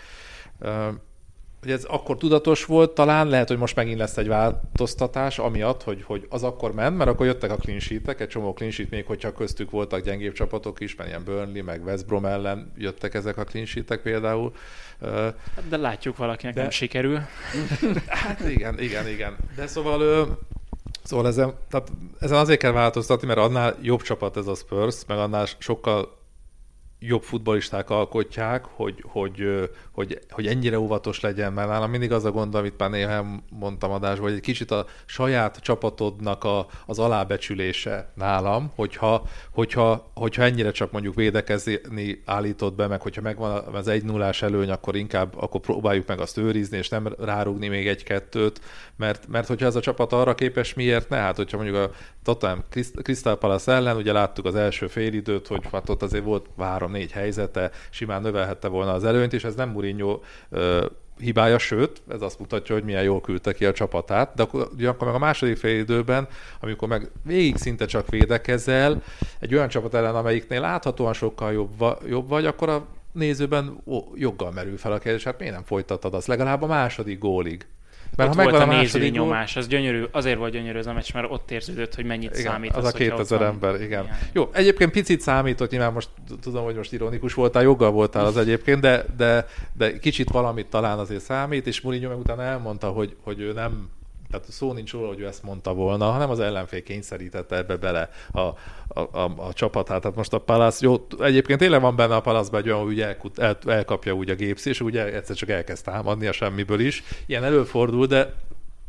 Hogy ez akkor tudatos volt, talán lehet, hogy most megint lesz egy változtatás, amiatt, hogy, hogy az akkor ment, mert akkor jöttek a clean sheetek, egy csomó clean sheet, még hogyha köztük voltak gyengébb csapatok is, mert ilyen Burnley, meg West Brom ellen jöttek ezek a clean sheetek például. De látjuk, valakinek De... nem sikerül. Hát igen, igen, igen. De szóval, szóval ezen, tehát ezen azért kell változtatni, mert annál jobb csapat ez a Spurs, meg annál sokkal jobb futballisták alkotják, hogy, hogy, hogy, hogy ennyire óvatos legyen, mert nálam mindig az a gond, amit már néha mondtam adásban, hogy egy kicsit a saját csapatodnak a, az alábecsülése nálam, hogyha, hogyha, hogyha ennyire csak mondjuk védekezni állítod be, meg hogyha megvan az egy nullás előny, akkor inkább akkor próbáljuk meg azt őrizni, és nem rárugni még egy-kettőt, mert, mert hogyha ez a csapat arra képes, miért ne? Hát, hogyha mondjuk a Tottenham Crystal Palace ellen, ugye láttuk az első félidőt, hogy hát ott azért volt három-négy helyzete, simán növelhette volna az előnyt, és ez nem Mourinho ö, hibája, sőt, ez azt mutatja, hogy milyen jól küldte ki a csapatát, de akkor, ugye akkor meg a második félidőben, amikor meg végig szinte csak védekezel, egy olyan csapat ellen, amelyiknél láthatóan sokkal jobb, jobb vagy, akkor a nézőben ó, joggal merül fel a kérdés, hát miért nem folytattad azt legalább a második gólig? Mert ott ha volt a nézői nyomás, az gyönyörű, azért volt gyönyörű ez a meccs, mert ott érződött, hogy mennyit igen, számít az, az, a kétezer ember, igen. igen. Jó, egyébként picit számított, nyilván most tudom, hogy most ironikus voltál, joggal voltál az egyébként, de, de, de kicsit valamit talán azért számít, és Mourinho meg utána elmondta, hogy, hogy ő nem, tehát szó nincs róla, hogy ő ezt mondta volna, hanem az ellenfél kényszerítette ebbe bele a, a, a, a csapatát. Tehát most a Palace, jó, egyébként tényleg van benne a Palace-ban egy olyan, hogy el, el, elkapja úgy a gépsz, és ugye egyszer csak elkezd támadni a semmiből is. Ilyen előfordul, de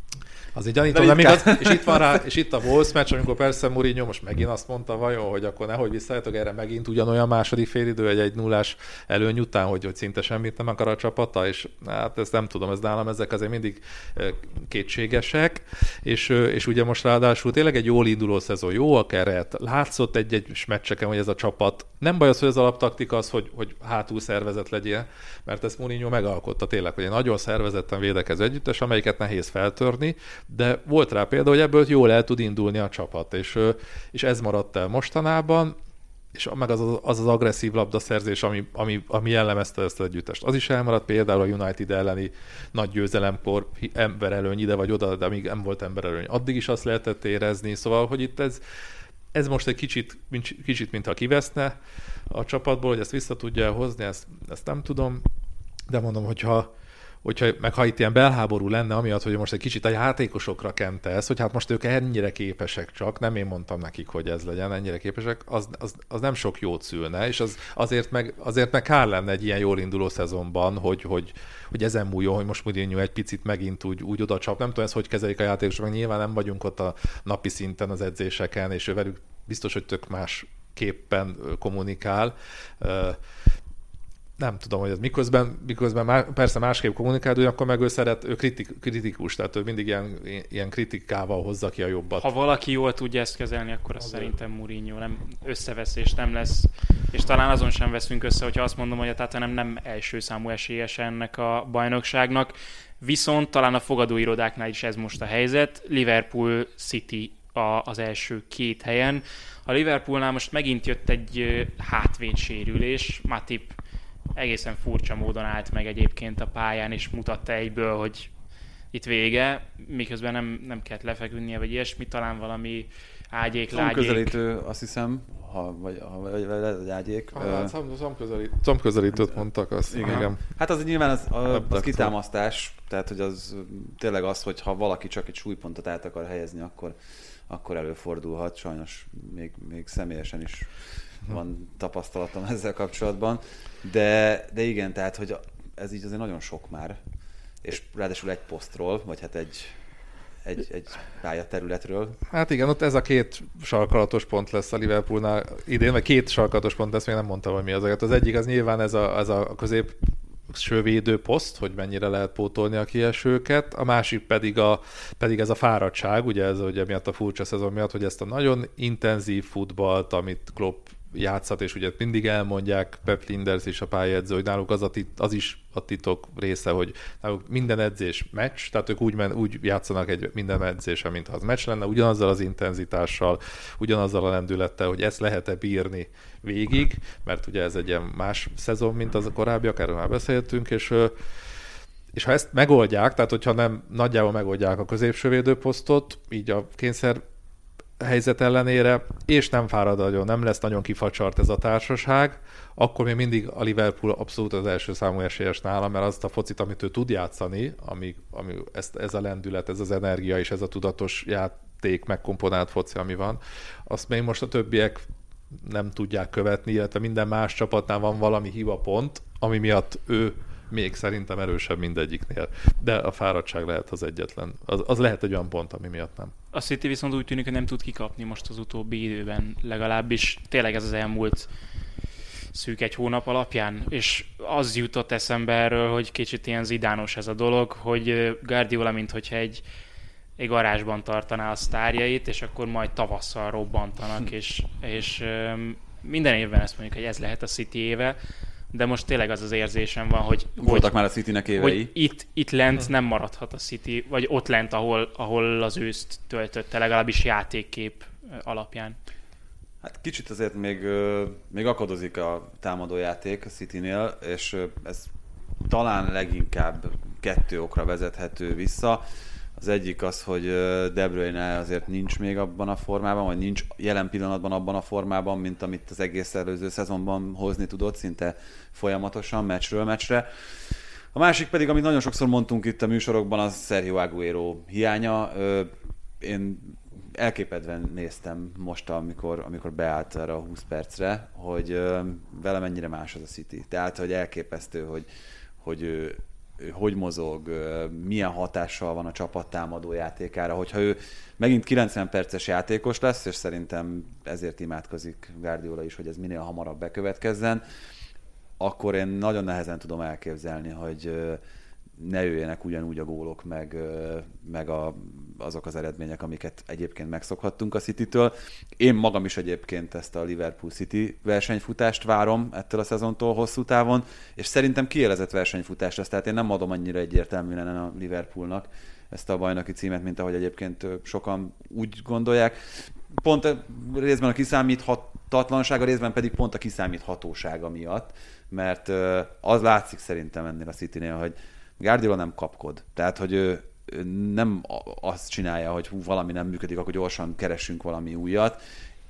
Azért gyanítom, de, de még az, és itt van rá, és itt a Wolves meccs, amikor persze Mourinho most megint azt mondta vajon, hogy akkor nehogy visszajöttök erre megint ugyanolyan második félidő, egy egy nullás előny után, hogy, hogy szinte semmit nem akar a csapata, és hát ezt nem tudom, ez nálam ezek azért mindig kétségesek, és, és ugye most ráadásul tényleg egy jól induló szezon, jó a keret, látszott egy-egy meccseken, hogy ez a csapat, nem baj az, hogy az alaptaktika az, hogy, hogy hátul szervezet legyen, mert ezt Mourinho megalkotta tényleg, hogy egy nagyon szervezetten védekező együttes, amelyiket nehéz feltörni, de volt rá példa, hogy ebből jól el tud indulni a csapat, és, és ez maradt el mostanában, és meg az az, az, az agresszív labdaszerzés, ami, ami, ami jellemezte ezt az együttest. Az is elmaradt például a United elleni nagy győzelemkor, emberelőny ide vagy oda, de amíg nem volt emberelőny, addig is azt lehetett érezni, szóval, hogy itt ez, ez most egy kicsit, kicsit mintha kiveszne a csapatból, hogy ezt vissza tudja hozni, ezt, ezt nem tudom, de mondom, hogyha hogyha, meg ha itt ilyen belháború lenne, amiatt, hogy most egy kicsit a játékosokra kente ez, hogy hát most ők ennyire képesek csak, nem én mondtam nekik, hogy ez legyen, ennyire képesek, az, az, az nem sok jót szülne, és az, azért, meg, azért meg kár lenne egy ilyen jól induló szezonban, hogy, hogy, hogy ezen múljon, hogy most Mourinho egy picit megint úgy, úgy oda csap. Nem tudom, ezt hogy kezelik a játékosok, meg nyilván nem vagyunk ott a napi szinten az edzéseken, és ő velük biztos, hogy tök más képpen kommunikál. Nem tudom, hogy ez miközben, miközben má, persze másképp kommunikál, de akkor meg ő szeret, ő kritik, kritikus, tehát ő mindig ilyen, ilyen kritikával hozza ki a jobbat. Ha valaki jól tudja ezt kezelni, akkor az szerintem Mourinho, nem összeveszés nem lesz, és talán azon sem veszünk össze, hogyha azt mondom, hogy a Tottenham nem első számú esélyes ennek a bajnokságnak, viszont talán a fogadóirodáknál is ez most a helyzet. Liverpool City a, az első két helyen. A Liverpoolnál most megint jött egy hátvédsérülés, Matip egészen furcsa módon állt meg egyébként a pályán, és mutatta egyből, hogy itt vége, miközben nem, nem kellett lefeküdnie, vagy ilyesmi, talán valami ágyék, lágyék. Szomközelítő, azt hiszem, ha, vagy, ha, vagy, vagy lehet, hogy ágyék. Ah, szomközelítőt mondtak, azt igen. igen. Hát az nyilván az, a, az kitámasztás, tehát hogy az tényleg az, hogy ha valaki csak egy súlypontot át akar helyezni, akkor, akkor előfordulhat. Sajnos még, még személyesen is van tapasztalatom ezzel kapcsolatban, de, de igen, tehát, hogy ez így azért nagyon sok már, és ráadásul egy posztról, vagy hát egy, egy, egy pályaterületről. Hát igen, ott ez a két sarkalatos pont lesz a Liverpoolnál idén, vagy két sarkalatos pont lesz, még nem mondtam, hogy mi az. Az egyik az nyilván ez a, ez a közép sővédő poszt, hogy mennyire lehet pótolni a kiesőket, a másik pedig, a, pedig ez a fáradtság, ugye ez ugye miatt a furcsa szezon miatt, hogy ezt a nagyon intenzív futballt, amit Klopp játszat, és ugye mindig elmondják, Pep Linders is a pályázó, hogy náluk az, a tit, az is a titok része, hogy náluk minden edzés meccs, tehát ők úgy, men, úgy játszanak egy minden edzésen, mintha az meccs lenne, ugyanazzal az intenzitással, ugyanazzal a lendülettel, hogy ezt lehet-e bírni végig, mert ugye ez egy ilyen más szezon, mint az a korábbiak, erről már beszéltünk, és és ha ezt megoldják, tehát hogyha nem nagyjából megoldják a középsővédőposztot, így a kényszer helyzet ellenére, és nem fárad nagyon, nem lesz nagyon kifacsart ez a társaság, akkor még mindig a Liverpool abszolút az első számú esélyes nála, mert azt a focit, amit ő tud játszani, ami, ami ezt, ez a lendület, ez az energia és ez a tudatos játék, megkomponált foci, ami van, azt még most a többiek nem tudják követni, illetve minden más csapatnál van valami hibapont, ami miatt ő még szerintem erősebb mindegyiknél. De a fáradtság lehet az egyetlen. Az, az lehet egy olyan pont, ami miatt nem. A City viszont úgy tűnik, hogy nem tud kikapni most az utóbbi időben legalábbis. Tényleg ez az elmúlt szűk egy hónap alapján, és az jutott eszembe erről, hogy kicsit ilyen zidános ez a dolog, hogy Guardiola, mint hogyha egy, egy garázsban tartaná a sztárjait, és akkor majd tavasszal robbantanak, és, és minden évben ezt mondjuk, hogy ez lehet a City éve, de most tényleg az az érzésem van, hogy... Voltak hogy, már a Citynek évei. Hogy itt, itt lent nem maradhat a City, vagy ott lent, ahol, ahol az őszt töltötte, legalábbis játékkép alapján. Hát kicsit azért még, még akadozik a támadójáték a Citynél, és ez talán leginkább kettő okra vezethető vissza. Az egyik az, hogy De Bruyne azért nincs még abban a formában, vagy nincs jelen pillanatban abban a formában, mint amit az egész előző szezonban hozni tudott, szinte folyamatosan, meccsről meccsre. A másik pedig, amit nagyon sokszor mondtunk itt a műsorokban, az Sergio Aguero hiánya. Én elképedve néztem most, amikor, amikor beállt erre a húsz percre, hogy vele mennyire más az a City. Tehát, hogy elképesztő, hogy, hogy ő hogy mozog, milyen hatással van a csapat támadó játékára, hogyha ő megint kilencven perces játékos lesz, és szerintem ezért imádkozik Guardiola is, hogy ez minél hamarabb bekövetkezzen, akkor én nagyon nehezen tudom elképzelni, hogy ne jöjjenek ugyanúgy a gólok, meg, meg a, azok az eredmények, amiket egyébként megszokhattunk a Citytől. Én magam is egyébként ezt a Liverpool-City versenyfutást várom ettől a szezontól hosszú távon, és szerintem kiélezett versenyfutás lesz, tehát én nem adom annyira egyértelműen a Liverpoolnak ezt a bajnoki címet, mint ahogy egyébként sokan úgy gondolják. Pont részben a kiszámíthatatlansága, részben pedig pont a kiszámíthatósága miatt, mert az látszik szerintem ennél a Citynél, hogy Guardiola nem kapkod. Tehát, hogy ő nem azt csinálja, hogy hú, valami nem működik, akkor gyorsan keressünk valami újat.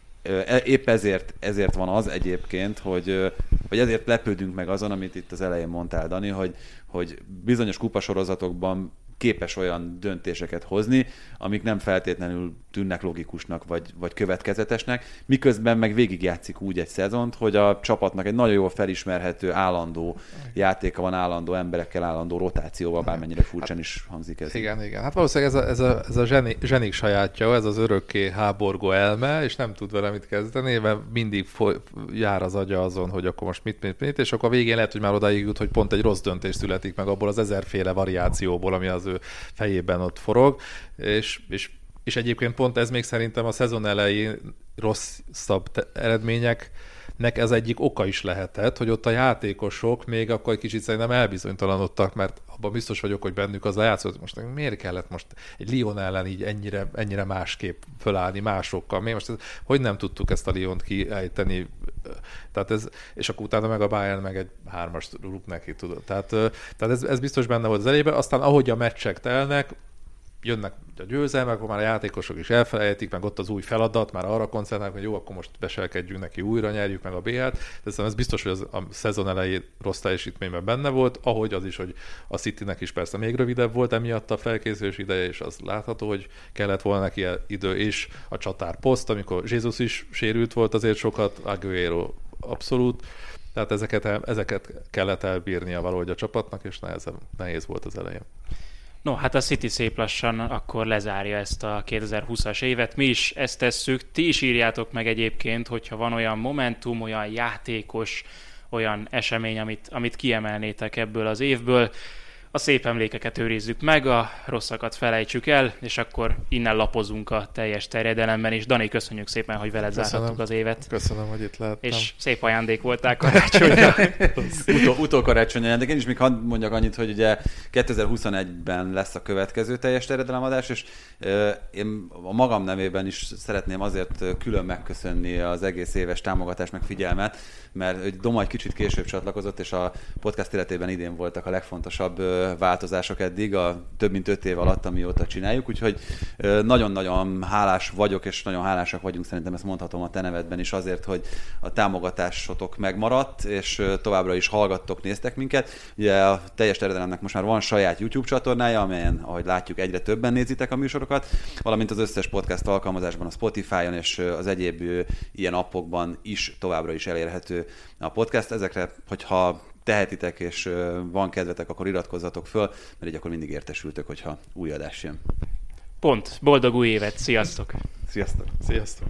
Épp ezért, ezért van az egyébként, hogy, hogy ezért lepődünk meg azon, amit itt az elején mondtál, Dani, hogy, hogy bizonyos kupasorozatokban képes olyan döntéseket hozni, amik nem feltétlenül tűnnek logikusnak vagy, vagy következetesnek, miközben meg végigjátszik úgy egy szezont, hogy a csapatnak egy nagyon jól felismerhető, állandó játéka van, állandó emberekkel, állandó rotációval, bármennyire furcsán hát, is hangzik ez. Igen, igen. Hát valószínűleg ez a, ez a, ez a zseni, zsenik sajátja, ez az örökké háborgó elme, és nem tud vele mit kezdeni, mert mindig foly, jár az agya azon, hogy akkor most mit, mit, mit, és akkor a végén lehet, hogy már odáig jut, hogy pont egy rossz döntés születik meg abból az ezerféle variációból, ami az ő fejében ott forog, és, és, és egyébként pont ez még szerintem a szezon elején rosszabb eredményeknek ez egyik oka is lehetett, hogy ott a játékosok még akkor egy kicsit szerintem elbizonytalanodtak, mert abban biztos vagyok, hogy bennük az lejátszott, most miért kellett most egy Lyon ellen így ennyire, ennyire másképp fölállni másokkal, miért most ez, hogy nem tudtuk ezt a Lyont kiejteni, tehát ez, és akkor utána meg a Bayern meg egy hármast rúg neki, tudod. Tehát, tehát ez, ez biztos benne volt az elejében, aztán ahogy a meccsek telnek, jönnek a győzelmek, akkor már a játékosok is elfelejtik, meg ott az új feladat, már arra koncentrálnak, hogy jó, akkor most beselkedjünk neki újra, nyerjük meg a bé há-t. De ez biztos, hogy az a szezon elején rossz teljesítményben benne volt, ahogy az is, hogy a Citynek is persze még rövidebb volt emiatt a felkészülés ideje, és az látható, hogy kellett volna neki idő, és a csatár poszt, amikor Jesus is sérült volt azért sokat, Aguero abszolút, tehát ezeket, ezeket kellett elbírnia valahogy a csapatnak, és nehezebb, nehéz volt az elején. No, hát a City szép lassan akkor lezárja ezt a kétezer-húszas évet. Mi is ezt tesszük. Ti is írjátok meg egyébként, hogyha van olyan momentum, olyan játékos, olyan esemény, amit, amit kiemelnétek ebből az évből. A szép emlékeket őrizzük meg, a rosszakat felejtsük el, és akkor innen lapozunk a teljes terjedelemben, és Dani, köszönjük szépen, hogy veled zárhattuk az évet. Köszönöm, hogy itt lehettem. És szép ajándék voltál karácsonyra. Utó, utókarácsony ajándék. Én is még hadd mondjak annyit, hogy ugye kétezer-huszonegyben lesz a következő teljes terjedelemadás, és euh, én a magam nevében is szeretném azért külön megköszönni az egész éves támogatást, meg figyelmet, mert Doma egy kicsit később csatlakozott, és a podcast életében idén voltak a legfontosabb változások eddig, a több mint öt év alatt, amióta csináljuk, úgyhogy nagyon-nagyon hálás vagyok, és nagyon hálásak vagyunk, szerintem ezt mondhatom a te nevedben is azért, hogy a támogatásotok megmaradt, és továbbra is hallgattok, néztek minket. Ugye a teljes terjedelemnek most már van saját YouTube csatornája, amelyen, ahogy látjuk, egyre többen nézitek a műsorokat, valamint az összes podcast alkalmazásban, a Spotify-on és az egyéb ilyen appokban is továbbra is elérhető a podcast. Ezekre, hogyha tehetitek és van kedvetek, akkor iratkozzatok föl, mert így akkor mindig értesültök, hogyha új adás jön. Pont. Boldog új évet. Sziasztok! Sziasztok! Sziasztok!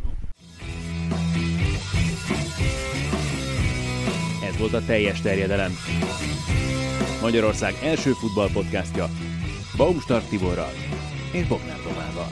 Ez volt a teljes terjedelem. Magyarország első futballpodcastja Baumstark Tiborral és Bognár Tomával.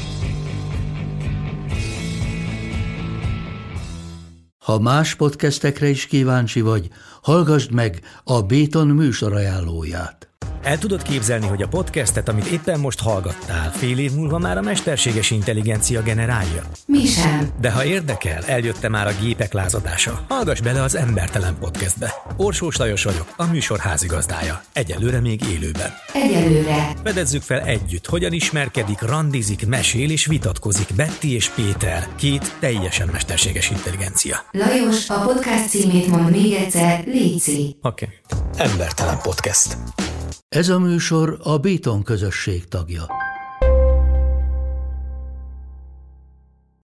Ha más podcastekre is kíváncsi vagy, hallgassd meg a Béton műsor ajánlóját. El tudod képzelni, hogy a podcastet, amit éppen most hallgattál, fél év múlva már a mesterséges intelligencia generálja? Mi sem. De ha érdekel, eljött már a gépek lázadása. Hallgass bele az Embertelen Podcastbe. Orsós Lajos vagyok, a műsor házigazdája. Egyelőre még élőben. Egyelőre. Fedezzük fel együtt, hogyan ismerkedik, randizik, mesél és vitatkozik Betty és Péter, két teljesen mesterséges intelligencia. Lajos, a podcast címét mond még egyszer, léci. Oké. Okay. Embertelen Podcast. Ez a műsor a Béton közösség tagja.